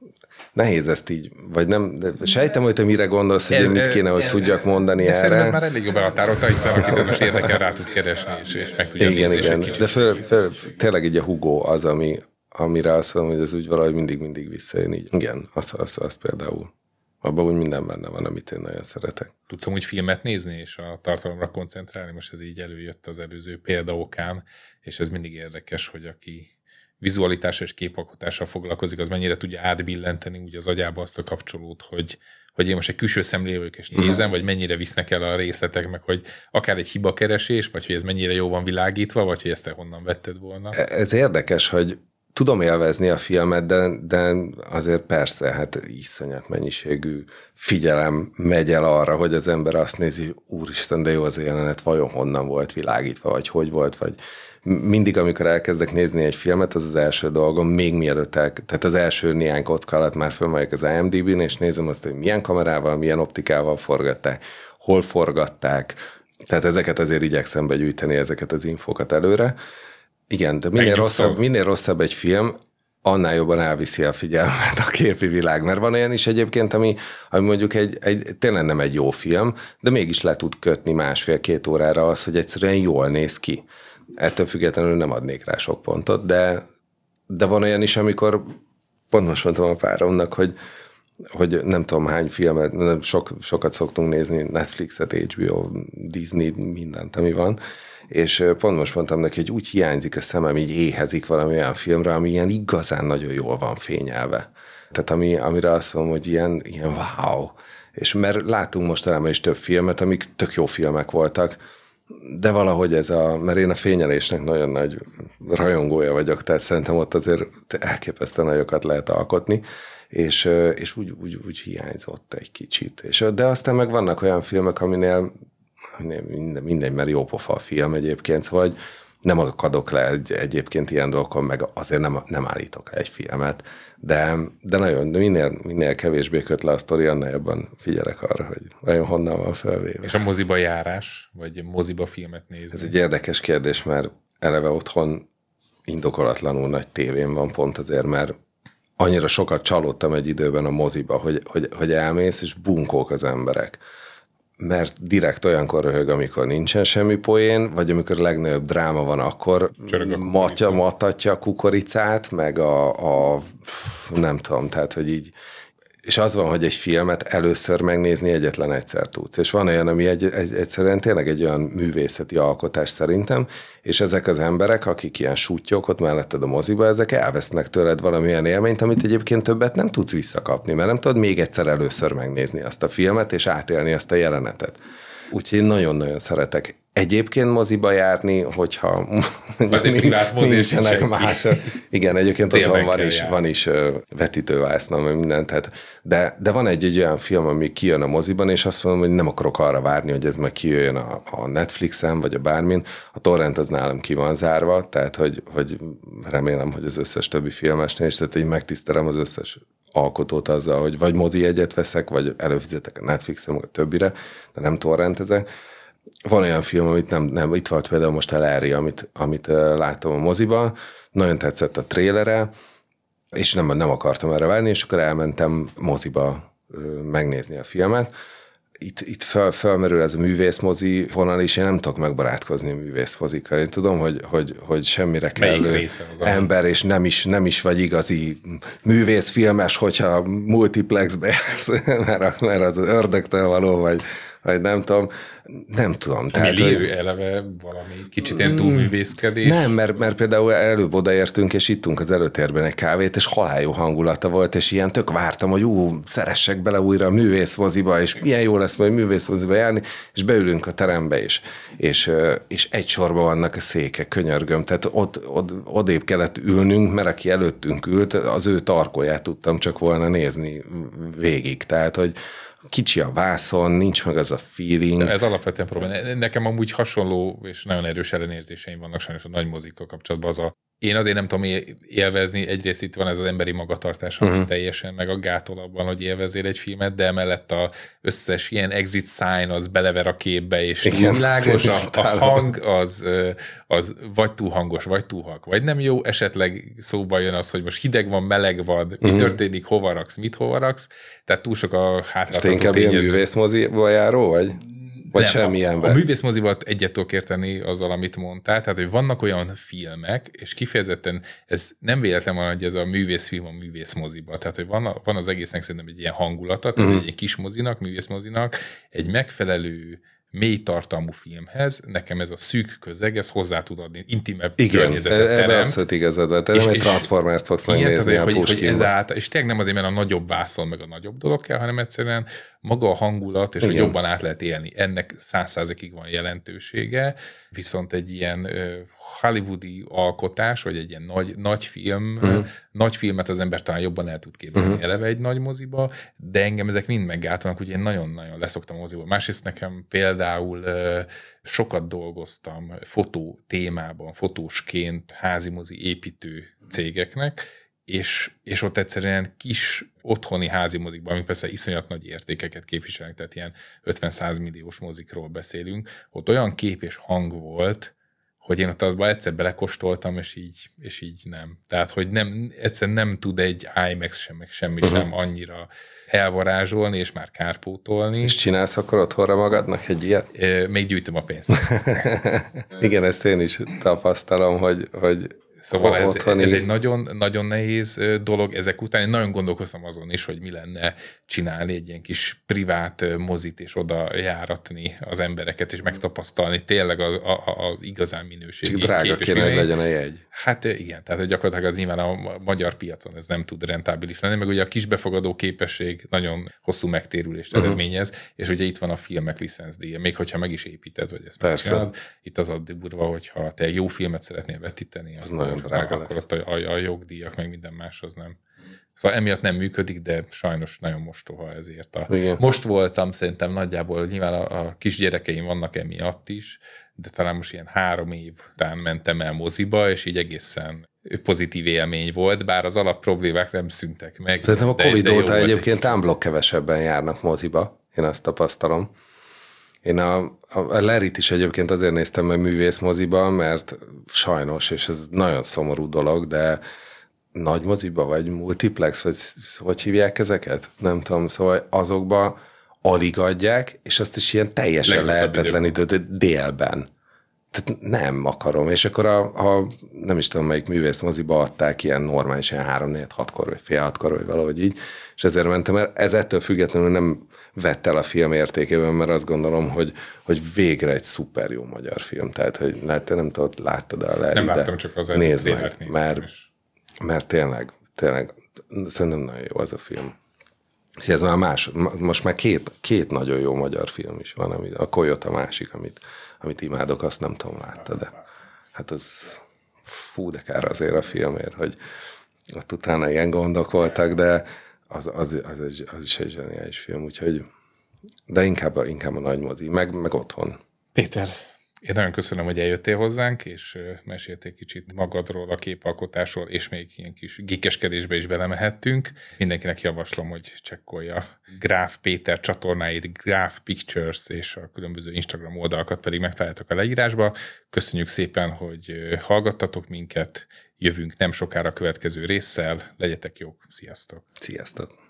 nehéz ezt így, vagy nem, de sejtem, hogy te mire gondolsz, hogy ez, mit kéne, hogy ez, tudjak mondani erre. Szerintem ez már elég jobban határolta, hiszen akit most érdekel, rá tud keresni, és, és meg tudja igen, nézni. Igen, igen. De föl, föl, tényleg így a Hugo az, ami amire azt mondom, hogy ez úgy valahogy mindig-mindig visszajön így. Igen, az, az, az például. Abban úgy minden benne van, amit én nagyon szeretek. Tudsz amúgy filmet nézni, és a tartalomra koncentrálni? Most ez így előjött az előző példa okán, és ez mindig érdekes, hogy aki vizualitással és képalkotással foglalkozik, az mennyire tudja átbillenteni úgy az agyába azt a kapcsolót, hogy, hogy én most egy külső szemlélő vagyok és nézem, uh-huh. vagy mennyire visznek el a részletek, meg hogy akár egy hibakeresés, vagy hogy ez mennyire jó van világítva, vagy hogy ezt te honnan vetted volna. Ez érdekes, hogy tudom élvezni a filmet, de, de azért persze, hát iszonyat mennyiségű figyelem megy el arra, hogy az ember azt nézi, úristen, de jó az a jelenet, vajon honnan volt világítva, vagy hogy volt, vagy mindig, amikor elkezdek nézni egy filmet, az az első dolgom, még mielőtt el, tehát az első néhány kocka alatt már fölmegyek az IMDb-n, és nézem azt, hogy milyen kamerával, milyen optikával forgatták, hol forgatták, tehát ezeket azért igyekszem begyűjteni, ezeket az infókat előre. Igen, de minél rosszabb, minél rosszabb egy film, annál jobban elviszi a figyelmet a képi világ. Mert van olyan is egyébként, ami, ami mondjuk egy, egy, tényleg nem egy jó film, de mégis le tud kötni másfél-két órára az, hogy egyszerűen jól néz ki. Ettől függetlenül nem adnék rá sok pontot, de, de van olyan is, amikor pont most mondtam a páromnak, hogy, hogy nem tudom hány filmet, sok, sokat szoktunk nézni, Netflixet, há bé ó, Disney, mindent, ami van, és pont most mondtam neki, hogy úgy hiányzik a szemem, így éhezik valami olyan filmre, ami ilyen igazán nagyon jól van fényelve. Tehát ami, amire azt mondom, hogy ilyen, ilyen wow. És mert látunk mostanában is több filmet, amik tök jó filmek voltak, de valahogy ez a, mert én a fényelésnek nagyon nagy rajongója vagyok, tehát szerintem ott azért elképesztően nagyokat lehet alkotni, és, és úgy, úgy, úgy hiányzott egy kicsit. És, de aztán meg vannak olyan filmek, aminél minden, mindegy, mert jó pofa a film egyébként, vagy nem akadok le egy, egyébként ilyen dolgokon, meg azért nem, nem állítok le egy filmet, de, de nagyon, de minél, minél kevésbé köt le a sztori, annál jobban figyelek arra, hogy vajon honnan van felvéve. És a moziba járás, vagy moziba filmet nézni? Ez egy érdekes kérdés, mert eleve otthon indokolatlanul nagy tévém van pont azért, mert annyira sokat csalódtam egy időben a moziba, hogy, hogy, hogy elmész, és bunkók az emberek. Mert direkt olyankor röhög, amikor nincsen semmi poén, vagy amikor a legnagyobb dráma van, akkor matja, matatja a kukoricát, meg a, a nem tudom, tehát, hogy így, és az van, hogy egy filmet először megnézni egyetlen egyszer tudsz. És van olyan, ami egy, egy, egyszerűen tényleg egy olyan művészeti alkotás szerintem, és ezek az emberek, akik ilyen sútyok ott melletted a moziba, ezek elvesznek tőled valamilyen élményt, amit egyébként többet nem tudsz visszakapni, mert nem tudod még egyszer először megnézni azt a filmet, és átélni azt a jelenetet. Úgyhogy nagyon-nagyon szeretek egyébként moziba járni, hogyha nincsenek más. Igen, egyébként otthon van is, van is vetítővászna, meg minden, tehát, de, de van egy, egy olyan film, ami kijön a moziban, és azt mondom, hogy nem akarok arra várni, hogy ez meg kijöjjön a, a Netflixen, vagy a bármin. A torrent az nálam ki van zárva, tehát hogy, hogy remélem, hogy az összes többi filmesnél, és tehát így megtisztelem az összes alkotót azzal, hogy vagy mozi jegyet veszek, vagy előfizetek a Netflixen, vagy a többire, de nem torrentezek. van olyan film, amit nem, nem itt volt például most a Larry, amit, amit láttam a moziban, nagyon tetszett a trélere, és nem, nem akartam erre várni, és akkor elmentem moziba megnézni a filmet. Itt, itt fel, felmerül ez a művészmozi vonal, és én nem tudok megbarátkozni a művészmozikkal. Én tudom, hogy, hogy, hogy semmire kellő ember, és nem is, nem is vagy igazi művészfilmes, hogyha multiplexbe jársz, mert, mert az ördögtől való, vagy, vagy nem tudom. Nem tudom. Tehát, lévő hogy... eleve valami kicsit ilyen túlművészkedés. Nem, mert, mert például előbb odaértünk, és ittunk az előtérben egy kávét, és halálljó hangulata volt, és ilyen tök vártam, hogy ú, szeressek bele újra a művészmoziba, és milyen jó lesz majd művészmoziba járni, és beülünk a terembe is, és, és egy sorban vannak a székek, könyörgöm, tehát ott, ott, odébb kellett ülnünk, mert aki előttünk ült, az ő tarkóját tudtam csak volna nézni végig, tehát, hogy kicsi a vászon, nincs meg az a feeling. Ez alapvetően probléma. Nekem amúgy hasonló és nagyon erős ellenérzéseim vannak sajnos a nagy mozikkal kapcsolatban. Az a, én azért nem tudom élvezni, egyrészt itt van ez az emberi magatartás, ami uh-huh. teljesen meg a gátol abban, hogy élvezél egy filmet, de emellett az összes ilyen exit sign az belever a képbe, és túl világos, a, a hang az, az vagy túl hangos, vagy túl halk, vagy nem jó, esetleg szóba jön az, hogy most hideg van, meleg van, mi uh-huh. történik, hova raksz, mit hova raksz, tehát túl sok a hátráltató inkább tényező. Ilyen művészmoziba járó, vagy? Vagy nem, semmilyen. A, a művészmozival egyet tudok érteni azzal, amit mondtál, tehát, hogy vannak olyan filmek, és kifejezetten ez nem véletlen van, hogy ez a művészfilm a művészmoziba, tehát, hogy van, van az egésznek szerintem egy ilyen hangulata, tehát uh-huh. egy kis mozinak, művészmozinak, egy megfelelő mély tartalmú filmhez, nekem ez a szűk közeg, ez hozzá tud adni, intimebb környezetet teremt. Igen, abszolút igazad van. Te nem egy Transformers-t fogsz megnézni a Puskinba. És tényleg nem azért, mert a nagyobb vászon, meg a nagyobb dolog kell, hanem egyszerűen maga a hangulat, és igen. hogy jobban át lehet élni. Ennek száz százalékig van jelentősége, viszont egy ilyen hollywoodi alkotás, vagy egy ilyen nagy, nagy film, uh-huh. nagy filmet az ember talán jobban el tud képzelni uh-huh. eleve egy nagy moziba, de engem ezek mind meggátolnak, úgyhogy én nagyon-nagyon leszoktam a moziba. Másrészt nekem például sokat dolgoztam fotó témában, fotósként házi mozi építő cégeknek, és, és ott egyszerűen kis otthoni házi mozikban, amik persze iszonyat nagy értékeket képviselnek, tehát ilyen ötven-száz milliós mozikról beszélünk, ott olyan kép és hang volt, hogy én ott abban egyszer belekóstoltam, és így, és így nem. Tehát, hogy nem, egyszer nem tud egy IMAX sem, meg semmi uh-huh. sem annyira elvarázsolni, és már kárpótolni. És csinálsz akkor otthonra magadnak egy ilyet? Még gyűjtöm a pénzt. Igen, ezt én is tapasztalom, hogy, hogy Szóval ez, ez egy nagyon, nagyon nehéz dolog ezek után. Én nagyon gondolkoztam azon is, hogy mi lenne csinálni egy ilyen kis privát mozit, és oda járatni az embereket, és megtapasztalni tényleg az, az igazán minőségi kép. Drága kéne, hogy legyen a jegy. Hát igen, tehát gyakorlatilag az nyilván a magyar piacon ez nem tud rentábilis lenni, meg ugye a kisbefogadó képesség nagyon hosszú megtérülést uh-huh. eredményez, és ugye itt van a filmek licenszdíja, még hogyha meg is építed, vagy ezt megcsinálod, itt az addig durva, hogyha te jó filmet szeretnél vetíteni, az nagyon drága akkor ott a, a, a jogdíjak, meg minden más az nem. Szóval emiatt nem működik, de sajnos nagyon mostoha ezért. A, most voltam szerintem nagyjából, nyilván a, a kisgyerekeim vannak emiatt is, de talán most ilyen három év után mentem el moziba, és így egészen pozitív élmény volt, bár az alap problémák nem szűntek meg. Szerintem a Covid óta egyébként unblock kevesebben járnak moziba, én azt tapasztalom. Én a, a Larryt is egyébként azért néztem meg művész moziba, mert sajnos, és ez nagyon szomorú dolog, de nagy moziba, vagy multiplex, vagy hogy hívják ezeket? Nem tudom, szóval azokba alig adják, és azt is ilyen teljesen lehetetlenített délben. Tehát nem akarom. És akkor a, a nem is tudom, melyik művész moziba adták ilyen normális, ilyen három négy hatkor, vagy fél hatkor, vagy valahogy így, és ezért mentem el. Ez ettől függetlenül nem vett el a film értékében, mert azt gondolom, hogy, hogy végre egy szuper jó magyar film. Tehát, hogy lehet, te nem tudod, láttad a Larry, nem láttam, csak az nézd meg, mert, mert tényleg, tényleg, szerintem nagyon jó az a film. És ez már más, most már két, két nagyon jó magyar film is van, ami, a Coyote a másik, amit, amit imádok, azt nem tudom, látta, de hát az fú, de kár azért a filmért, hogy ott utána ilyen gondok voltak, de az, az, az, az, az is egy zseniális film, úgyhogy de inkább, inkább a nagy mozi, meg, meg otthon. Péter, Én nagyon köszönöm, hogy eljöttél hozzánk, és meséltél kicsit magadról, a képalkotásról, és még ilyen kis geekeskedésbe is belemehettünk. Mindenkinek javaslom, hogy csekkolja Gráf Péter csatornáit, Graph Pictures, és a különböző Instagram oldalakat pedig megtaláljátok a leírásba. Köszönjük szépen, hogy hallgattatok minket, jövünk nem sokára a következő résszel, legyetek jók, sziasztok! Sziasztok!